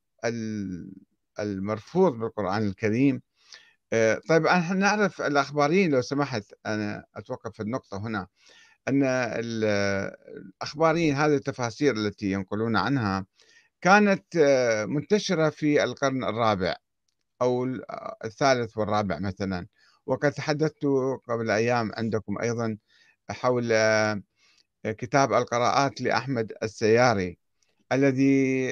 [SPEAKER 1] المرفوض بالقرآن الكريم. طيب نحن نعرف الأخباريين، لو سمحت أنا أتوقف في النقطة هنا، أن الأخباريين هذه التفاسير التي ينقلون عنها كانت منتشرة في القرن الرابع أو الثالث والرابع مثلا. وقد تحدثت قبل أيام عندكم أيضا حول كتاب القراءات لأحمد السياري، الذي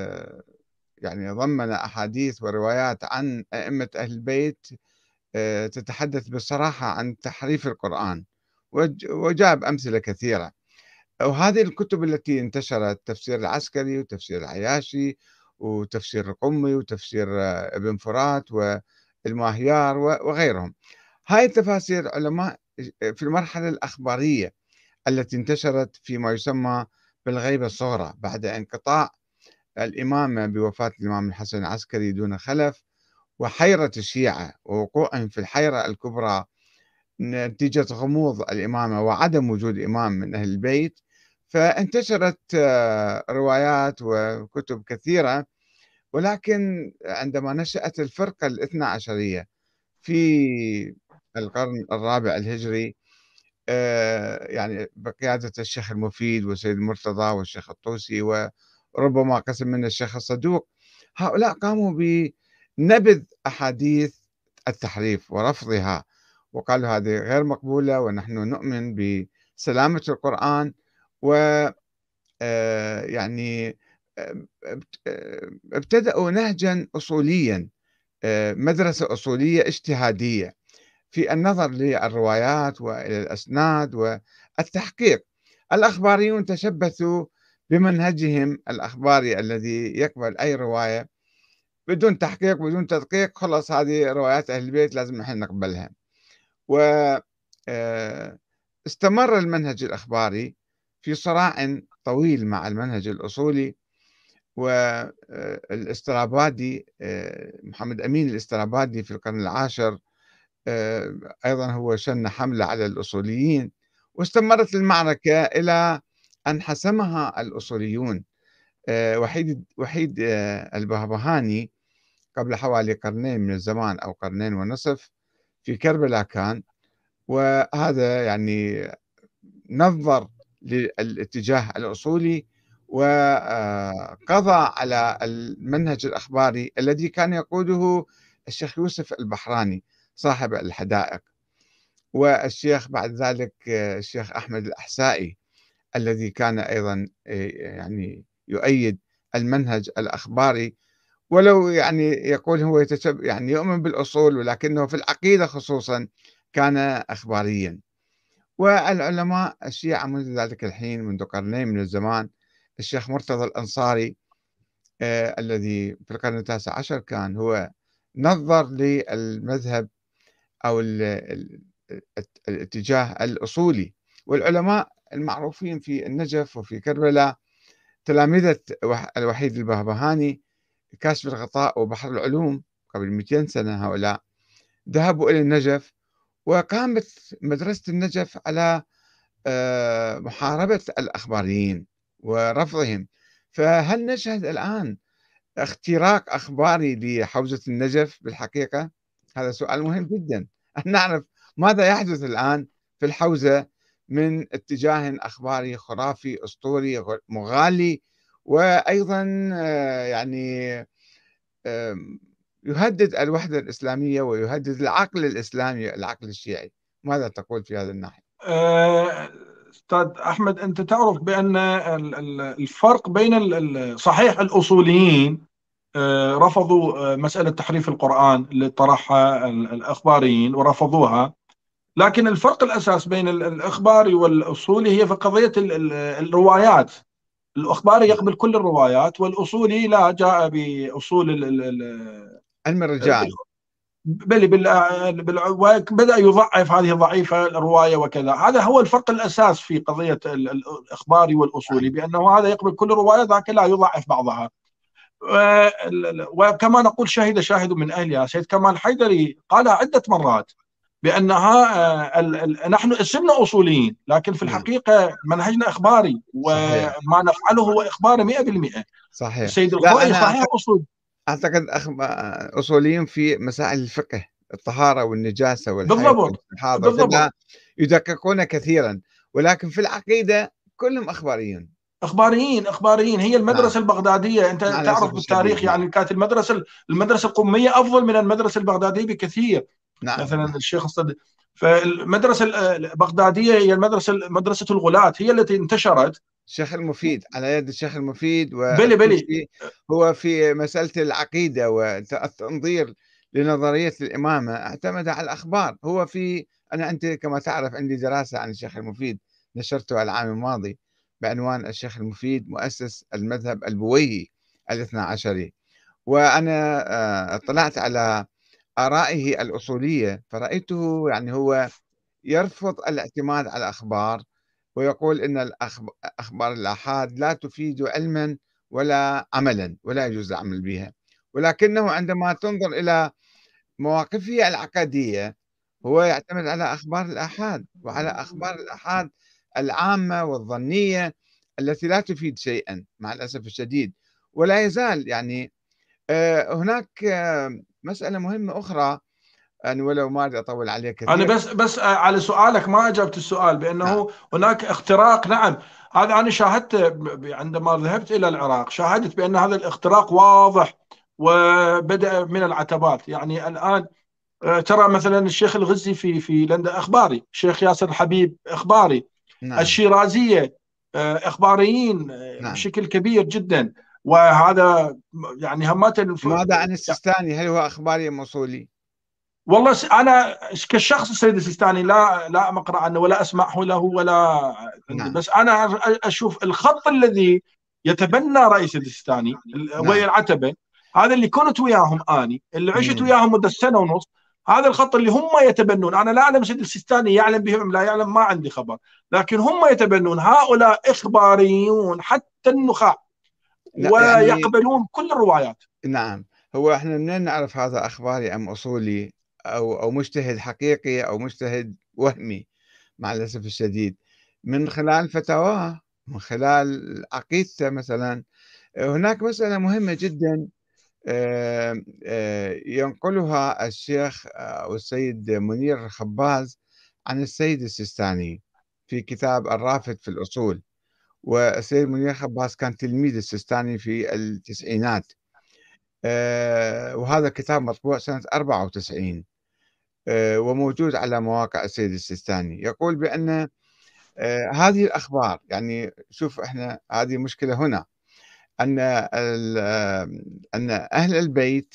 [SPEAKER 1] يعني ضمن أحاديث وروايات عن أئمة أهل البيت تتحدث بصراحة عن تحريف القرآن، وجاب أمثلة كثيرة. وهذه الكتب التي انتشرت: تفسير العسكري وتفسير العياشي وتفسير القمي وتفسير ابن فرات والماهيار وغيرهم. هاي التفاسير علماء في المرحلة الأخبارية التي انتشرت فيما يسمى بالغيبة الصغرى بعد انقطاع الإمامة بوفاة الإمام الحسن العسكري دون خلف، وحيرة الشيعة ووقوعهم في الحيرة الكبرى نتيجة غموض الإمامة وعدم وجود إمام من أهل البيت. فانتشرت روايات وكتب كثيرة ولكن عندما نشأت الفرقة الاثنى عشرية في القرن الرابع الهجري، يعني بقيادة الشيخ المفيد والسيد المرتضى والشيخ الطوسي وربما قسم من الشيخ الصدوق، هؤلاء قاموا بنبذ أحاديث التحريف ورفضها، وقالوا هذه غير مقبولة ونحن نؤمن بسلامة القرآن. و يعني ابتدأوا نهجا أصوليا، مدرسة أصولية اجتهادية في النظر للروايات وإلى الأسناد والتحقيق. الأخباريون تشبثوا بمنهجهم الأخباري الذي يقبل أي رواية بدون تحقيق بدون تدقيق، خلاص هذه روايات أهل البيت لازم نحن نقبلها. و استمر المنهج الأخباري في صراع طويل مع المنهج الأصولي. والاسترابادي، محمد أمين الاسترابادي في القرن العاشر، أيضا هو شن حملة على الأصوليين، واستمرت المعركة إلى أن حسمها الأصوليون. وحيد البهبهاني قبل حوالي قرنين من الزمان أو قرنين ونصف في كربلاء كان، وهذا يعني نظر للاتجاه الأصولي وقضى على المنهج الأخباري الذي كان يقوده الشيخ يوسف البحراني صاحب الحدائق، والشيخ بعد ذلك الشيخ أحمد الأحسائي الذي كان أيضا يعني يؤيد المنهج الأخباري، ولو يعني يقول هو يعني يؤمن بالأصول، ولكنه في العقيدة خصوصا كان أخباريا. والعلماء الشيعة منذ ذلك الحين، منذ قرنين من الزمان، الشيخ مرتضى الأنصاري الذي في القرن التاسع عشر كان هو نظر للمذهب أو الاتجاه الأصولي. والعلماء المعروفين في النجف وفي كربلاء تلامذة الوحيد البهبهاني، كاشف الغطاء وبحر العلوم، قبل 200 سنة هؤلاء ذهبوا إلى النجف، وقامت مدرسة النجف على محاربة الأخباريين ورفضهم. فهل نشهد الآن اختراق أخباري لحوزة النجف بالحقيقة؟ هذا سؤال مهم جدا، أن نعرف ماذا يحدث الآن في الحوزة من اتجاه أخباري خرافي أسطوري مغالي، وأيضا يعني يهدد الوحدة الإسلامية ويهدد العقل الإسلامي العقل الشيعي. ماذا تقول في هذا الناحية؟
[SPEAKER 2] أستاذ أحمد، أنت تعرف بأن الفرق بين صحيح الأصوليين رفضوا مسألة تحريف القرآن اللي طرحها الأخباريين ورفضوها، لكن الفرق الأساس بين الإخباري والأصولي هي في قضية الروايات. الإخباري يقبل كل الروايات، والأصولي لا، جاء بأصول
[SPEAKER 1] علم الرجال.
[SPEAKER 2] بل بدأ يضعف هذه ضعيفة الرواية وكذا. هذا هو الفرق الأساس في قضية الإخباري والأصولي، بأنه هذا يقبل كل الروايات، ذاك لا، يضعف بعضها. وكما نقول شهد شاهد من أهلها، سيد كمال حيدري قالها عدة مرات بأنها نحن اسمنا أصوليين، لكن في
[SPEAKER 1] نعم.
[SPEAKER 2] الحقيقة منهجنا إخباري،
[SPEAKER 1] صحيح.
[SPEAKER 2] وما نفعله هو إخباري 100%.
[SPEAKER 1] صحيح.
[SPEAKER 2] السيد
[SPEAKER 1] لا،
[SPEAKER 2] الخوئي
[SPEAKER 1] أنا
[SPEAKER 2] صحيح أصول.
[SPEAKER 1] أعتقد أصوليين في مسائل الفقه، الطهارة والنجاسة والحيض
[SPEAKER 2] بالضبط،
[SPEAKER 1] والاستحاضة وكذا،
[SPEAKER 2] بالضبط.
[SPEAKER 1] يدققون كثيرا، ولكن في العقيدة كلهم أخباريون.
[SPEAKER 2] اخباريين. هي
[SPEAKER 1] نعم.
[SPEAKER 2] المدرسه البغداديه، انت
[SPEAKER 1] مع
[SPEAKER 2] تعرف
[SPEAKER 1] الأسف
[SPEAKER 2] بالتاريخ،
[SPEAKER 1] الشديد. نعم.
[SPEAKER 2] يعني كانت المدرسه القميه افضل من المدرسه البغداديه بكثير.
[SPEAKER 1] نعم.
[SPEAKER 2] مثلا
[SPEAKER 1] نعم.
[SPEAKER 2] الشيخ الصدر. فالمدرسه البغداديه هي مدرسه الغلاة، هي التي انتشرت.
[SPEAKER 1] الشيخ المفيد، على يد الشيخ المفيد
[SPEAKER 2] بلي.
[SPEAKER 1] والطوسي، هو في مسألة العقيدة والتنظير لنظرية الإمامة اعتمد على الأخبار. هو في أنت كما تعرف عندي دراسة عن الشيخ المفيد نشرتها العام الماضي بعنوان الشيخ المفيد مؤسس المذهب البويهي الاثنى عشري. وأنا اطلعت على آرائه الأصولية، فرأيته يعني هو يرفض الاعتماد على الأخبار، ويقول إن أخبار الآحاد لا تفيد علما ولا عملا ولا يجوز العمل بها. ولكنه عندما تنظر إلى مواقفه العقدية هو يعتمد على أخبار الآحاد وعلى أخبار الآحاد العامة والظنية التي لا تفيد شيئا مع الأسف الشديد. ولا يزال يعني هناك مسألة مهمة أخرى، أنا ولو ما أريد أطول عليه
[SPEAKER 2] انا
[SPEAKER 1] كثير.
[SPEAKER 2] بس على سؤالك ما اجبت السؤال
[SPEAKER 1] نعم.
[SPEAKER 2] بانه هناك اختراق. نعم، هذا انا شاهدت عندما ذهبت الى العراق، شاهدت بان هذا الاختراق واضح وبدأ من العتبات. يعني الان ترى مثلا الشيخ الغزي في لندن اخباري، الشيخ ياسر الحبيب اخباري،
[SPEAKER 1] نعم.
[SPEAKER 2] الشيرازيه اخباريين
[SPEAKER 1] نعم.
[SPEAKER 2] بشكل كبير جدا. وهذا يعني همات
[SPEAKER 1] ماذا عن السيستاني؟ هل هو أخباري أم أصولي؟
[SPEAKER 2] والله انا كشخص السيد السيستاني لا مقرأ عنه ولا اسمعه له ولا عندي.
[SPEAKER 1] نعم.
[SPEAKER 2] بس انا اشوف الخط الذي يتبنى رئيس السيستاني وهي
[SPEAKER 1] نعم.
[SPEAKER 2] العتبه، هذا اللي كنت وياهم اني، اللي عشت
[SPEAKER 1] مم.
[SPEAKER 2] وياهم مده سنه ونص. هذا الخط اللي هم يتبنون، انا لا اعلم السيد السيستاني يعلم بهم ام لا يعلم، ما عندي خبر، لكن هم يتبنون. هؤلاء اخباريون حتى النخاع،
[SPEAKER 1] لا يعني.
[SPEAKER 2] ويقبلون كل الروايات.
[SPEAKER 1] نعم. هو احنا منين نعرف هذا اخباري ام اصولي، او مجتهد حقيقي او مجتهد وهمي؟ مع الاسف الشديد، من خلال فتاواه، من خلال عقيدته مثلا. هناك مسألة مهمة جدا ينقلها الشيخ أو السيد منير خباز عن السيد السيستاني في كتاب الرافد في الأصول. والسيد منير خباز كان تلميذ السيستاني في التسعينات، وهذا كتاب مطبوع سنة 94، وموجود على مواقع السيد السيستاني. يقول بأن هذه الأخبار، يعني شوف إحنا هذه مشكلة هنا، أن أن أهل البيت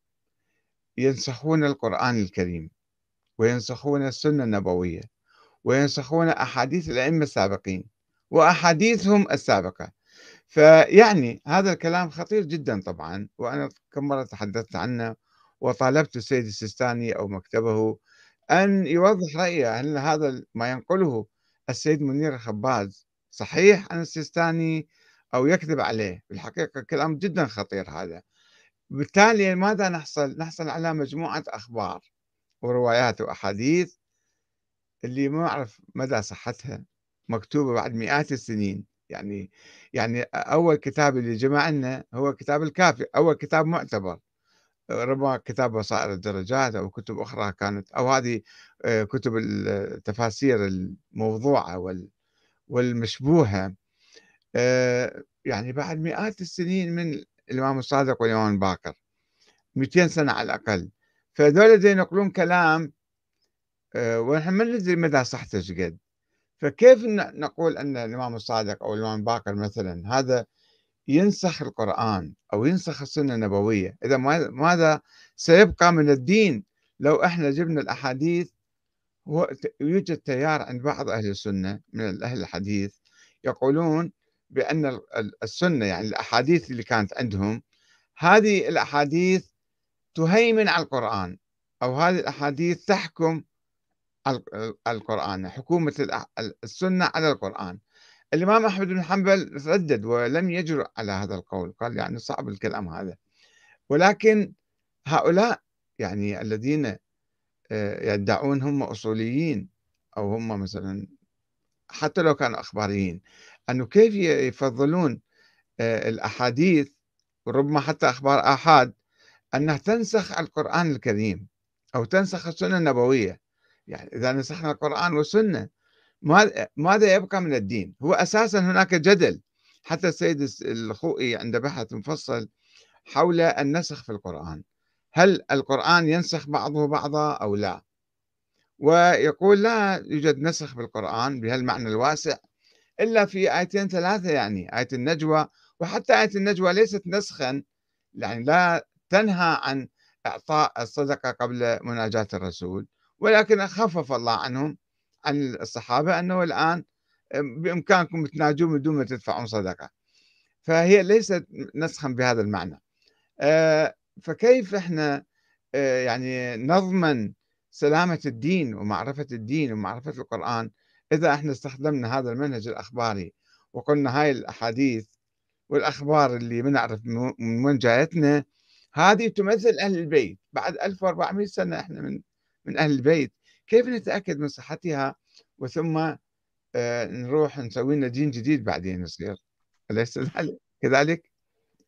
[SPEAKER 1] ينسخون القرآن الكريم، وينسخون السنة النبوية، وينسخون أحاديث الأئمة السابقين وأحاديثهم السابقة. فيعني هذا الكلام خطير جدا طبعا، وأنا كم مرة تحدثت عنه، وطالبت السيد السيستاني أو مكتبه أن يوضح رأيه، هل هذا ما ينقله السيد منير الخباز صحيح عن السيستاني أو يكذب عليه. بالحقيقة كلام جدا خطير هذا. بالتالي ماذا نحصل؟ نحصل على مجموعة أخبار وروايات وأحاديث اللي ما أعرف مدى صحتها، مكتوبة بعد مئات السنين. يعني أول كتاب اللي جمع لنا هو كتاب الكافي، أول كتاب معتبر. ربما كتاب بصائر الدرجات أو كتب أخرى كانت، أو هذه كتب التفاسير الموضوعة والمشبوهة، يعني بعد مئات السنين من الإمام الصادق والإمام الباقر، 200 سنة على الأقل. فذول دي ينقلون كلام ونحن ما ندري مدى صحته شقد. فكيف نقول أن الإمام الصادق أو الإمام الباقر مثلا هذا ينسخ القرآن أو ينسخ السنة النبوية؟ إذا ماذا سيبقى من الدين لو إحنا جبنا الأحاديث؟ يوجد تيار عند بعض أهل السنة من أهل الحديث يقولون بأن السنة، يعني الأحاديث اللي كانت عندهم، هذه الأحاديث تهيمن على القرآن، أو هذه الأحاديث تحكم القرآن، حكومة السنة على القرآن. الإمام أحمد بن حنبل ردد ولم يجرؤ على هذا القول، قال يعني صعب الكلام هذا. ولكن هؤلاء يعني الذين يدعون هم أصوليين، أو هم مثلا حتى لو كانوا أخباريين، أنه كيف يفضلون الأحاديث، وربما حتى أخبار آحاد، أنها تنسخ القرآن الكريم أو تنسخ السنة النبوية. يعني إذا نسخنا القرآن والسنة ماذا يبقى من الدين؟ هو أساسا هناك جدل، حتى السيد الخوئي عنده بحث مفصل حول النسخ في القرآن، هل القرآن ينسخ بعضه بعضا أو لا؟ ويقول لا يوجد نسخ بالقرآن بهالمعنى الواسع إلا في آيتين ثلاثة، يعني آية النجوى. وحتى آية النجوى ليست نسخا، يعني لا تنهى عن إعطاء الصدقة قبل مناجاة الرسول، ولكن خفف الله عنهم، عن الصحابة، أنه الآن بإمكانكم تناجون بدون ما تدفعون صدقة. فهي ليست نسخا بهذا المعنى. فكيف احنا يعني نضمن سلامة الدين ومعرفة الدين ومعرفة القرآن إذا احنا استخدمنا هذا المنهج الأخباري، وقلنا هاي الأحاديث والأخبار اللي بنعرف من وين جايتنا، هذه تمثل أهل البيت. بعد 1400 سنة احنا من أهل البيت، كيف نتأكد من صحتها وثم نروح نسوي لنا دين جديد بعدين يصير؟ أليس كذلك؟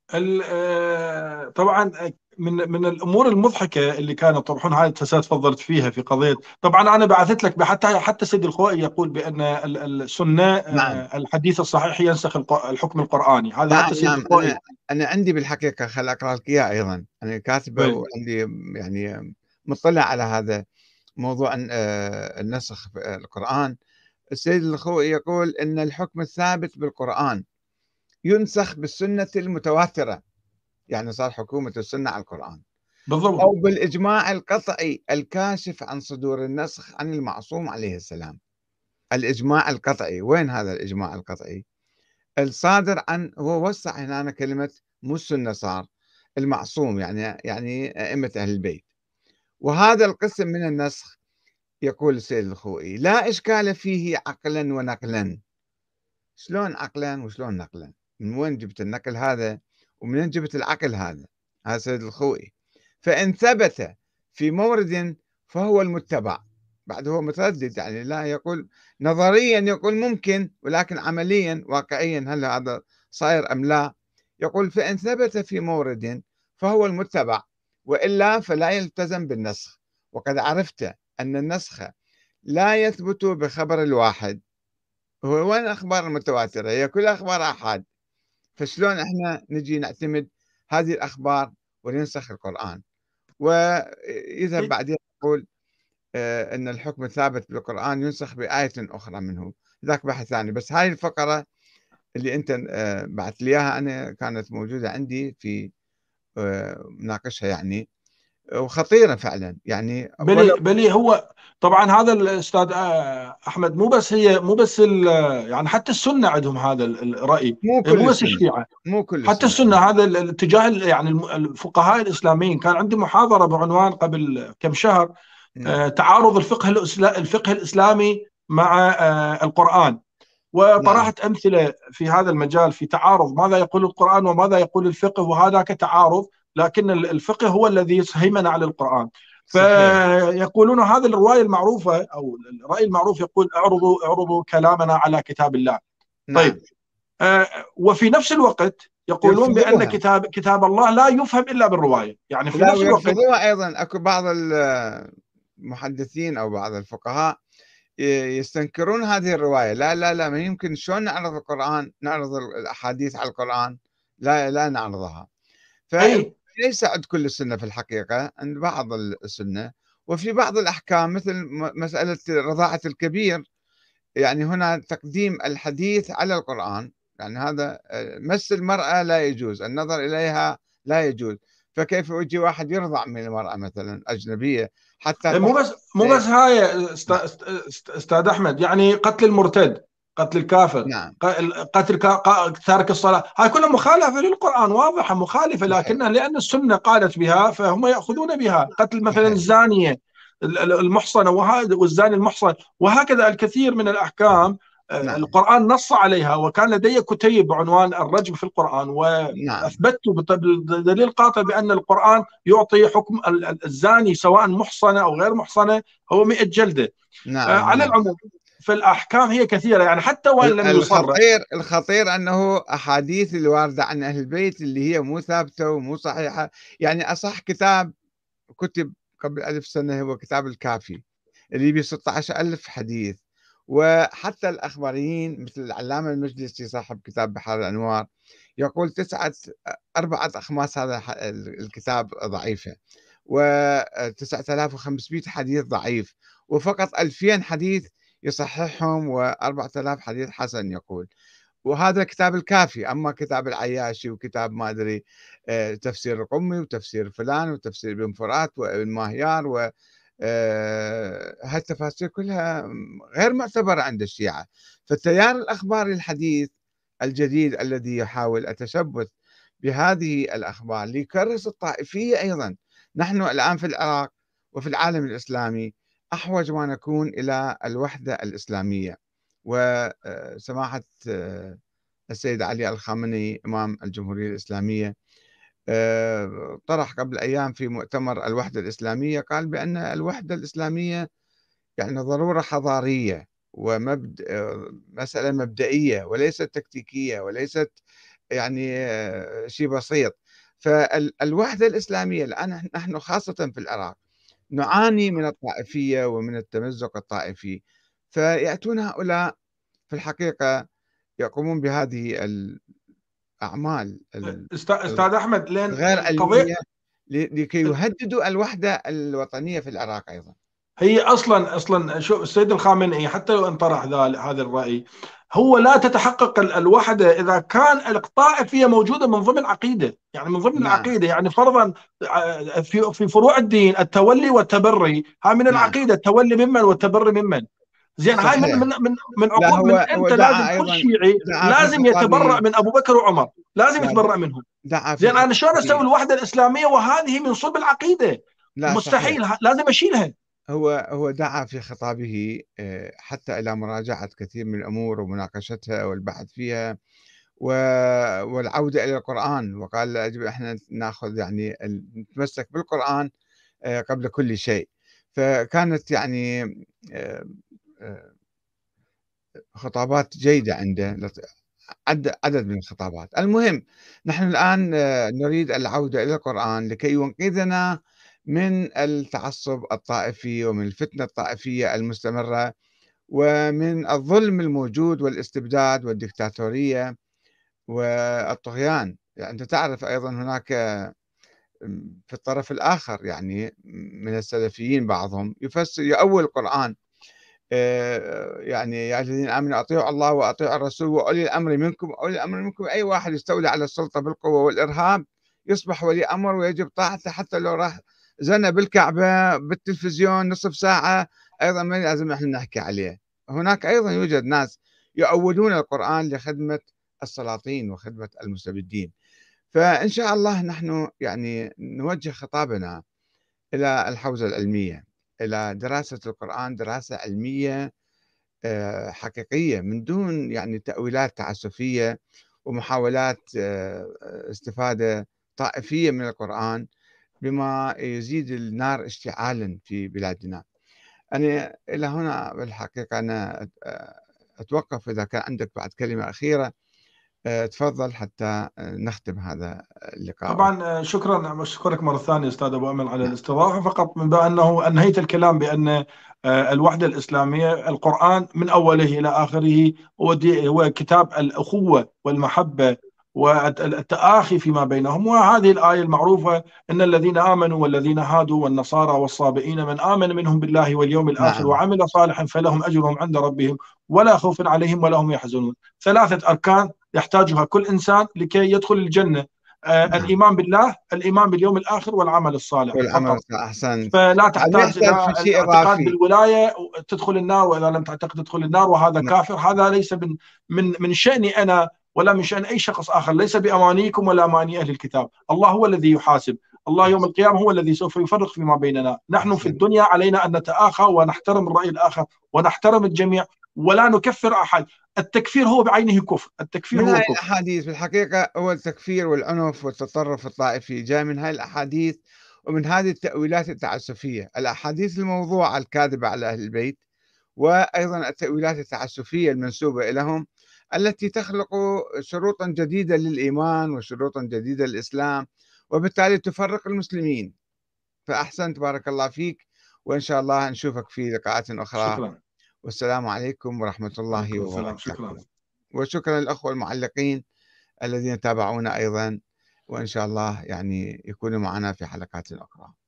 [SPEAKER 2] طبعا من الامور المضحكه اللي كانوا يطرحون هاي التساؤلات تفضلت فيها في قضيه. طبعا انا بعثت لك حتى سيد الخوئي يقول بان السنه
[SPEAKER 1] نعم.
[SPEAKER 2] الحديث الصحيح ينسخ الحكم القرآني، هذا
[SPEAKER 1] نعم.
[SPEAKER 2] حتى سيد
[SPEAKER 1] نعم.
[SPEAKER 2] الخوئي.
[SPEAKER 1] أنا عندي بالحقيقة، خل أقرأ لك إياه أيضا، أنا كاتبه
[SPEAKER 2] بل
[SPEAKER 1] وعندي يعني مطلع على هذا موضوع النسخ في القرآن. السيد الخوئي يقول إن الحكم الثابت بالقرآن ينسخ بالسنة المتواترة، يعني صار حكومة السنة على القرآن، أو
[SPEAKER 2] بالضبط.
[SPEAKER 1] بالإجماع القطعي الكاشف عن صدور النسخ عن المعصوم عليه السلام. الإجماع القطعي، وين هذا الإجماع القطعي؟ الصادر عن، هو وسع هنا كلمة مو السنة، صار المعصوم، يعني أئمة أهل البيت. وهذا القسم من النسخ، يقول السيد الخوئي، لا إشكال فيه عقلا ونقلا. شلون عقلا وشلون نقلا؟ من وين جبت النقل هذا ومن جبت العقل هذا؟ هذا سيد الخوئي. فإن ثبت في مورد فهو المتبع. بعد هو متردد، يعني لا يقول نظريا، يقول ممكن، ولكن عمليا واقعيا هل هذا صاير أم لا؟ يقول فإن ثبت في مورد فهو المتبع، وإلا فلا يلتزم بالنسخ. وقد عرفت أن النسخ لا يثبت بخبر الواحد. هو وين الأخبار المتواترة؟ هي كلها أخبار آحاد. فشلون إحنا نجي نعتمد هذه الأخبار وننسخ القرآن؟ ويذهب بعدين يقول أن الحكم الثابت بالقرآن ينسخ بآية أخرى منه. ذاك بحث ثاني، بس هاي الفقرة اللي أنت بعث لي إياها أنا كانت موجودة عندي في مناقشها يعني، وخطيرة فعلا يعني، ولو.
[SPEAKER 2] بلي هو طبعا هذا الاستاذ احمد، مو بس يعني حتى السنه عندهم هذا الراي،
[SPEAKER 1] مو
[SPEAKER 2] مو
[SPEAKER 1] كل
[SPEAKER 2] بس
[SPEAKER 1] السنة،
[SPEAKER 2] الشيعه،
[SPEAKER 1] مو كل
[SPEAKER 2] حتى
[SPEAKER 1] السنة.
[SPEAKER 2] السنه. هذا الاتجاه يعني الفقهاء الاسلاميين. كان عندي محاضره بعنوان قبل كم شهر
[SPEAKER 1] نعم.
[SPEAKER 2] تعارض الفقه الاسلامي مع القران،
[SPEAKER 1] نعم.
[SPEAKER 2] وطرحت امثله في هذا المجال في تعارض ماذا يقول القران وماذا يقول الفقه، وهذاك تعارض، لكن الفقه هو الذي هيمن على القران.
[SPEAKER 1] صحيح.
[SPEAKER 2] فيقولون هذه الروايه المعروفه او الراي المعروف يقول اعرضوا كلامنا على كتاب الله. طيب،
[SPEAKER 1] نعم.
[SPEAKER 2] وفي نفس الوقت يقولون بان
[SPEAKER 1] يرفضوها.
[SPEAKER 2] كتاب الله لا يفهم الا بالروايه، يعني في
[SPEAKER 1] لا،
[SPEAKER 2] نفس الوقت.
[SPEAKER 1] ويرفضوها أيضا. أكو بعض المحدثين أو بعض الفقهاء يستنكرون هذه الرواية. لا لا لا، ما يمكن، شلون نعرض القرآن، نعرض الأحاديث على القرآن؟ لا لا نعرضها.
[SPEAKER 2] اي
[SPEAKER 1] فليس عند كل السنة في الحقيقة، عند بعض السنة. وفي بعض الأحكام مثل مسألة رضاعة الكبير، يعني هنا تقديم الحديث على القرآن. يعني هذا مس المرأة لا يجوز، النظر إليها لا يجوز. فكيف يجي واحد يرضع من المرأة مثلا أجنبية حتى تحت
[SPEAKER 2] مو بس هاي
[SPEAKER 1] نعم.
[SPEAKER 2] استاذ احمد، يعني قتل المرتد، قتل الكافر،
[SPEAKER 1] نعم.
[SPEAKER 2] قتل تارك الصلاه، هاي كلها مخالفه للقران، واضحه مخالفه،
[SPEAKER 1] صحيح.
[SPEAKER 2] لكنها لان السنه قالت بها فهم ياخذون بها. قتل مثلا
[SPEAKER 1] صحيح.
[SPEAKER 2] الزانيه المحصنه، والزاني المحصن، وهكذا الكثير من الاحكام
[SPEAKER 1] نعم.
[SPEAKER 2] القران نص عليها. وكان لدي كتيب بعنوان الرجم في القران،
[SPEAKER 1] نعم.
[SPEAKER 2] واثبتت بدليل قاطع بان القران يعطي حكم الزاني سواء محصنه او غير محصنه هو 100 جلده.
[SPEAKER 1] نعم.
[SPEAKER 2] على
[SPEAKER 1] نعم.
[SPEAKER 2] العموم، فالاحكام هي كثيره، يعني حتى وان لم يصرح.
[SPEAKER 1] الخطير أنه أحاديث الواردة عن أهل البيت اللي هي مو ثابتة ومو صحيحة. يعني أصح كتاب كتب قبل 1000 سنة هو كتاب الكافي، اللي به 16,000 حديث. وحتى الأخباريين مثل العلامة المجلسي صاحب كتاب بحار الأنوار يقول 4 أخماس هذا الكتاب ضعيفة، و9500 حديث ضعيف، وفقط 2000 حديث يصححهم، و4000 حديث حسن يقول. وهذا كتاب الكافي. أما كتاب العياشي وكتاب ما أدري تفسير القمي وتفسير فلان وتفسير ابن فرات وابن ماهيار هالتفاسير كلها غير معتبرة عند الشيعة. فالتيار الأخباري الحديث الجديد الذي يحاول التشبث بهذه الأخبار ليكرس الطائفية أيضا. نحن الآن في العراق وفي العالم الإسلامي أحوج ما نكون إلى الوحدة الإسلامية. وسماحة السيد علي الخامنئي إمام الجمهورية الإسلامية طرح قبل أيام في مؤتمر الوحدة الإسلامية، قال بأن الوحدة الإسلامية يعني ضرورة حضارية، ومبد... مسألة مبدئية وليست تكتيكية وليست يعني شيء بسيط. فالوحدة الإسلامية الآن نحن خاصة في العراق نعاني من الطائفية ومن التمزق الطائفي، فيأتون هؤلاء في الحقيقة يقومون بهذه الأعمال
[SPEAKER 2] استاذ احمد، لان
[SPEAKER 1] الغير
[SPEAKER 2] القضيه
[SPEAKER 1] علمية لكي يهددوا الوحدة الوطنية في العراق أيضا.
[SPEAKER 2] هي اصلا شوف السيد الخامنئي حتى لو ان طرح هذا الراي، هو لا تتحقق الوحده اذا كان الطائفيه موجوده من ضمن عقيده، يعني من ضمن
[SPEAKER 1] نعم.
[SPEAKER 2] العقيده، يعني فرضا في فروع الدين التولي والتبري، هاي من
[SPEAKER 1] نعم
[SPEAKER 2] العقيده، التولي ممن والتبري ممن. زين هاي من
[SPEAKER 1] صحيح.
[SPEAKER 2] من
[SPEAKER 1] لا،
[SPEAKER 2] عقود، من
[SPEAKER 1] هو
[SPEAKER 2] انت لازم
[SPEAKER 1] دعا
[SPEAKER 2] كل
[SPEAKER 1] أيضا،
[SPEAKER 2] شيعي
[SPEAKER 1] دعا في
[SPEAKER 2] لازم يتبرأ
[SPEAKER 1] خطابه.
[SPEAKER 2] من ابو بكر وعمر، لازم
[SPEAKER 1] لا،
[SPEAKER 2] يتبرأ منهم.
[SPEAKER 1] دعا في
[SPEAKER 2] زين انا شلون اسوي
[SPEAKER 1] خطابه.
[SPEAKER 2] الوحده الاسلاميه وهذه من صلب العقيده؟
[SPEAKER 1] لا صحيح.
[SPEAKER 2] مستحيل، لازم اشيلها.
[SPEAKER 1] هو دعا في خطابه حتى إلى مراجعة كثير من الأمور ومناقشتها والبحث فيها والعودة إلى القرآن، وقال يجب احنا ناخذ يعني نتمسك بالقرآن قبل كل شيء. فكانت يعني آه، آه، خطابات جيدة عنده، عدد من الخطابات. المهم نحن الآن نريد العودة إلى القرآن لكي ينقذنا من التعصب الطائفي ومن الفتنة الطائفية المستمرة ومن الظلم الموجود والاستبداد والدكتاتورية والطغيان. يعني أنت تعرف أيضا هناك في الطرف الآخر يعني من السلفيين بعضهم يؤول القرآن يعني يا الذين آمنوا أطيعوا الله وأطيعوا الرسول وأولي الأمر منكم. أولي الأمر منكم أي واحد يستولي على السلطة بالقوة والإرهاب يصبح ولي أمر ويجب طاعته، حتى لو راح زنى بالكعبة بالتلفزيون نصف ساعة أيضا ما لازم احنا نحكي عليه. هناك أيضا يوجد ناس يؤولون القرآن لخدمة السلاطين وخدمة المستبدين. فإن شاء الله نحن يعني نوجه خطابنا إلى الحوزة العلمية، إلى دراسة القرآن دراسة علمية حقيقية من دون يعني تأويلات تعسفية ومحاولات استفادة طائفية من القرآن بما يزيد النار اشتعالا في بلادنا. أنا إلى هنا بالحقيقة أنا أتوقف. إذا كان عندك بعد كلمة أخيرة تفضل حتى نختم هذا اللقاء.
[SPEAKER 2] طبعا شكرا، اشكرك مره ثانيه استاذ ابو امل على
[SPEAKER 1] نعم.
[SPEAKER 2] الاستضافه. فقط من باب انه انهيت الكلام بان الوحده الاسلاميه، القران من اوله الى اخره هو كتاب الاخوه والمحبه والتآخي فيما بينهم. وهذه الايه المعروفه: ان الذين امنوا والذين هادوا والنصارى والصابئين من امن منهم بالله واليوم الاخر
[SPEAKER 1] نعم.
[SPEAKER 2] وعمل صالحا فلهم اجرهم عند ربهم ولا خوف عليهم ولا هم يحزنون. ثلاثه اركان يحتاجها كل انسان لكي يدخل الجنه:
[SPEAKER 1] نعم.
[SPEAKER 2] الإيمان بالله، الإيمان باليوم الآخر، والعمل الصالح
[SPEAKER 1] والعمل
[SPEAKER 2] فقط.
[SPEAKER 1] الصالح أحسنت.
[SPEAKER 2] فلا
[SPEAKER 1] هل
[SPEAKER 2] تحتاج
[SPEAKER 1] يحتاج
[SPEAKER 2] إلى
[SPEAKER 1] في شيء
[SPEAKER 2] الاعتقاد
[SPEAKER 1] إضافي؟
[SPEAKER 2] بالولاية تدخل النار، وإذا لم تعتقد تدخل النار وهذا
[SPEAKER 1] نعم.
[SPEAKER 2] كافر. هذا ليس من شأني أنا ولا من شأن أي شخص آخر، ليس بأمانيكم ولا أماني أهل الكتاب. الله هو الذي يحاسب، الله يوم القيامة هو الذي سوف يفرق فيما بيننا. نحن في
[SPEAKER 1] أحسنت.
[SPEAKER 2] الدنيا علينا أن نتآخى ونحترم الرأي الآخر ونحترم الجميع ولا نكفر أحد. التكفير هو بعينه كفر، التكفير
[SPEAKER 1] من
[SPEAKER 2] هو
[SPEAKER 1] هاي
[SPEAKER 2] كفر.
[SPEAKER 1] الأحاديث في الحقيقة هو التكفير والعنف والتطرف الطائفي جاء من هاي الأحاديث ومن هذه التأويلات التعسفية، الأحاديث الموضوعة الكاذبة على أهل البيت، وأيضا التأويلات التعسفية المنسوبة لهم التي تخلق شروطا جديدة للإيمان وشروطا جديدة للإسلام، وبالتالي تفرق المسلمين. فأحسنت، بارك الله فيك، وإن شاء الله نشوفك في لقاءات أخرى.
[SPEAKER 2] شكرا.
[SPEAKER 1] والسلام عليكم ورحمة الله
[SPEAKER 2] عليكم السلام، شكرا.
[SPEAKER 1] وبركاته. وشكرا للأخوة المعلقين الذين تابعونا أيضا، وإن شاء الله يعني يكونوا معنا في حلقات أخرى.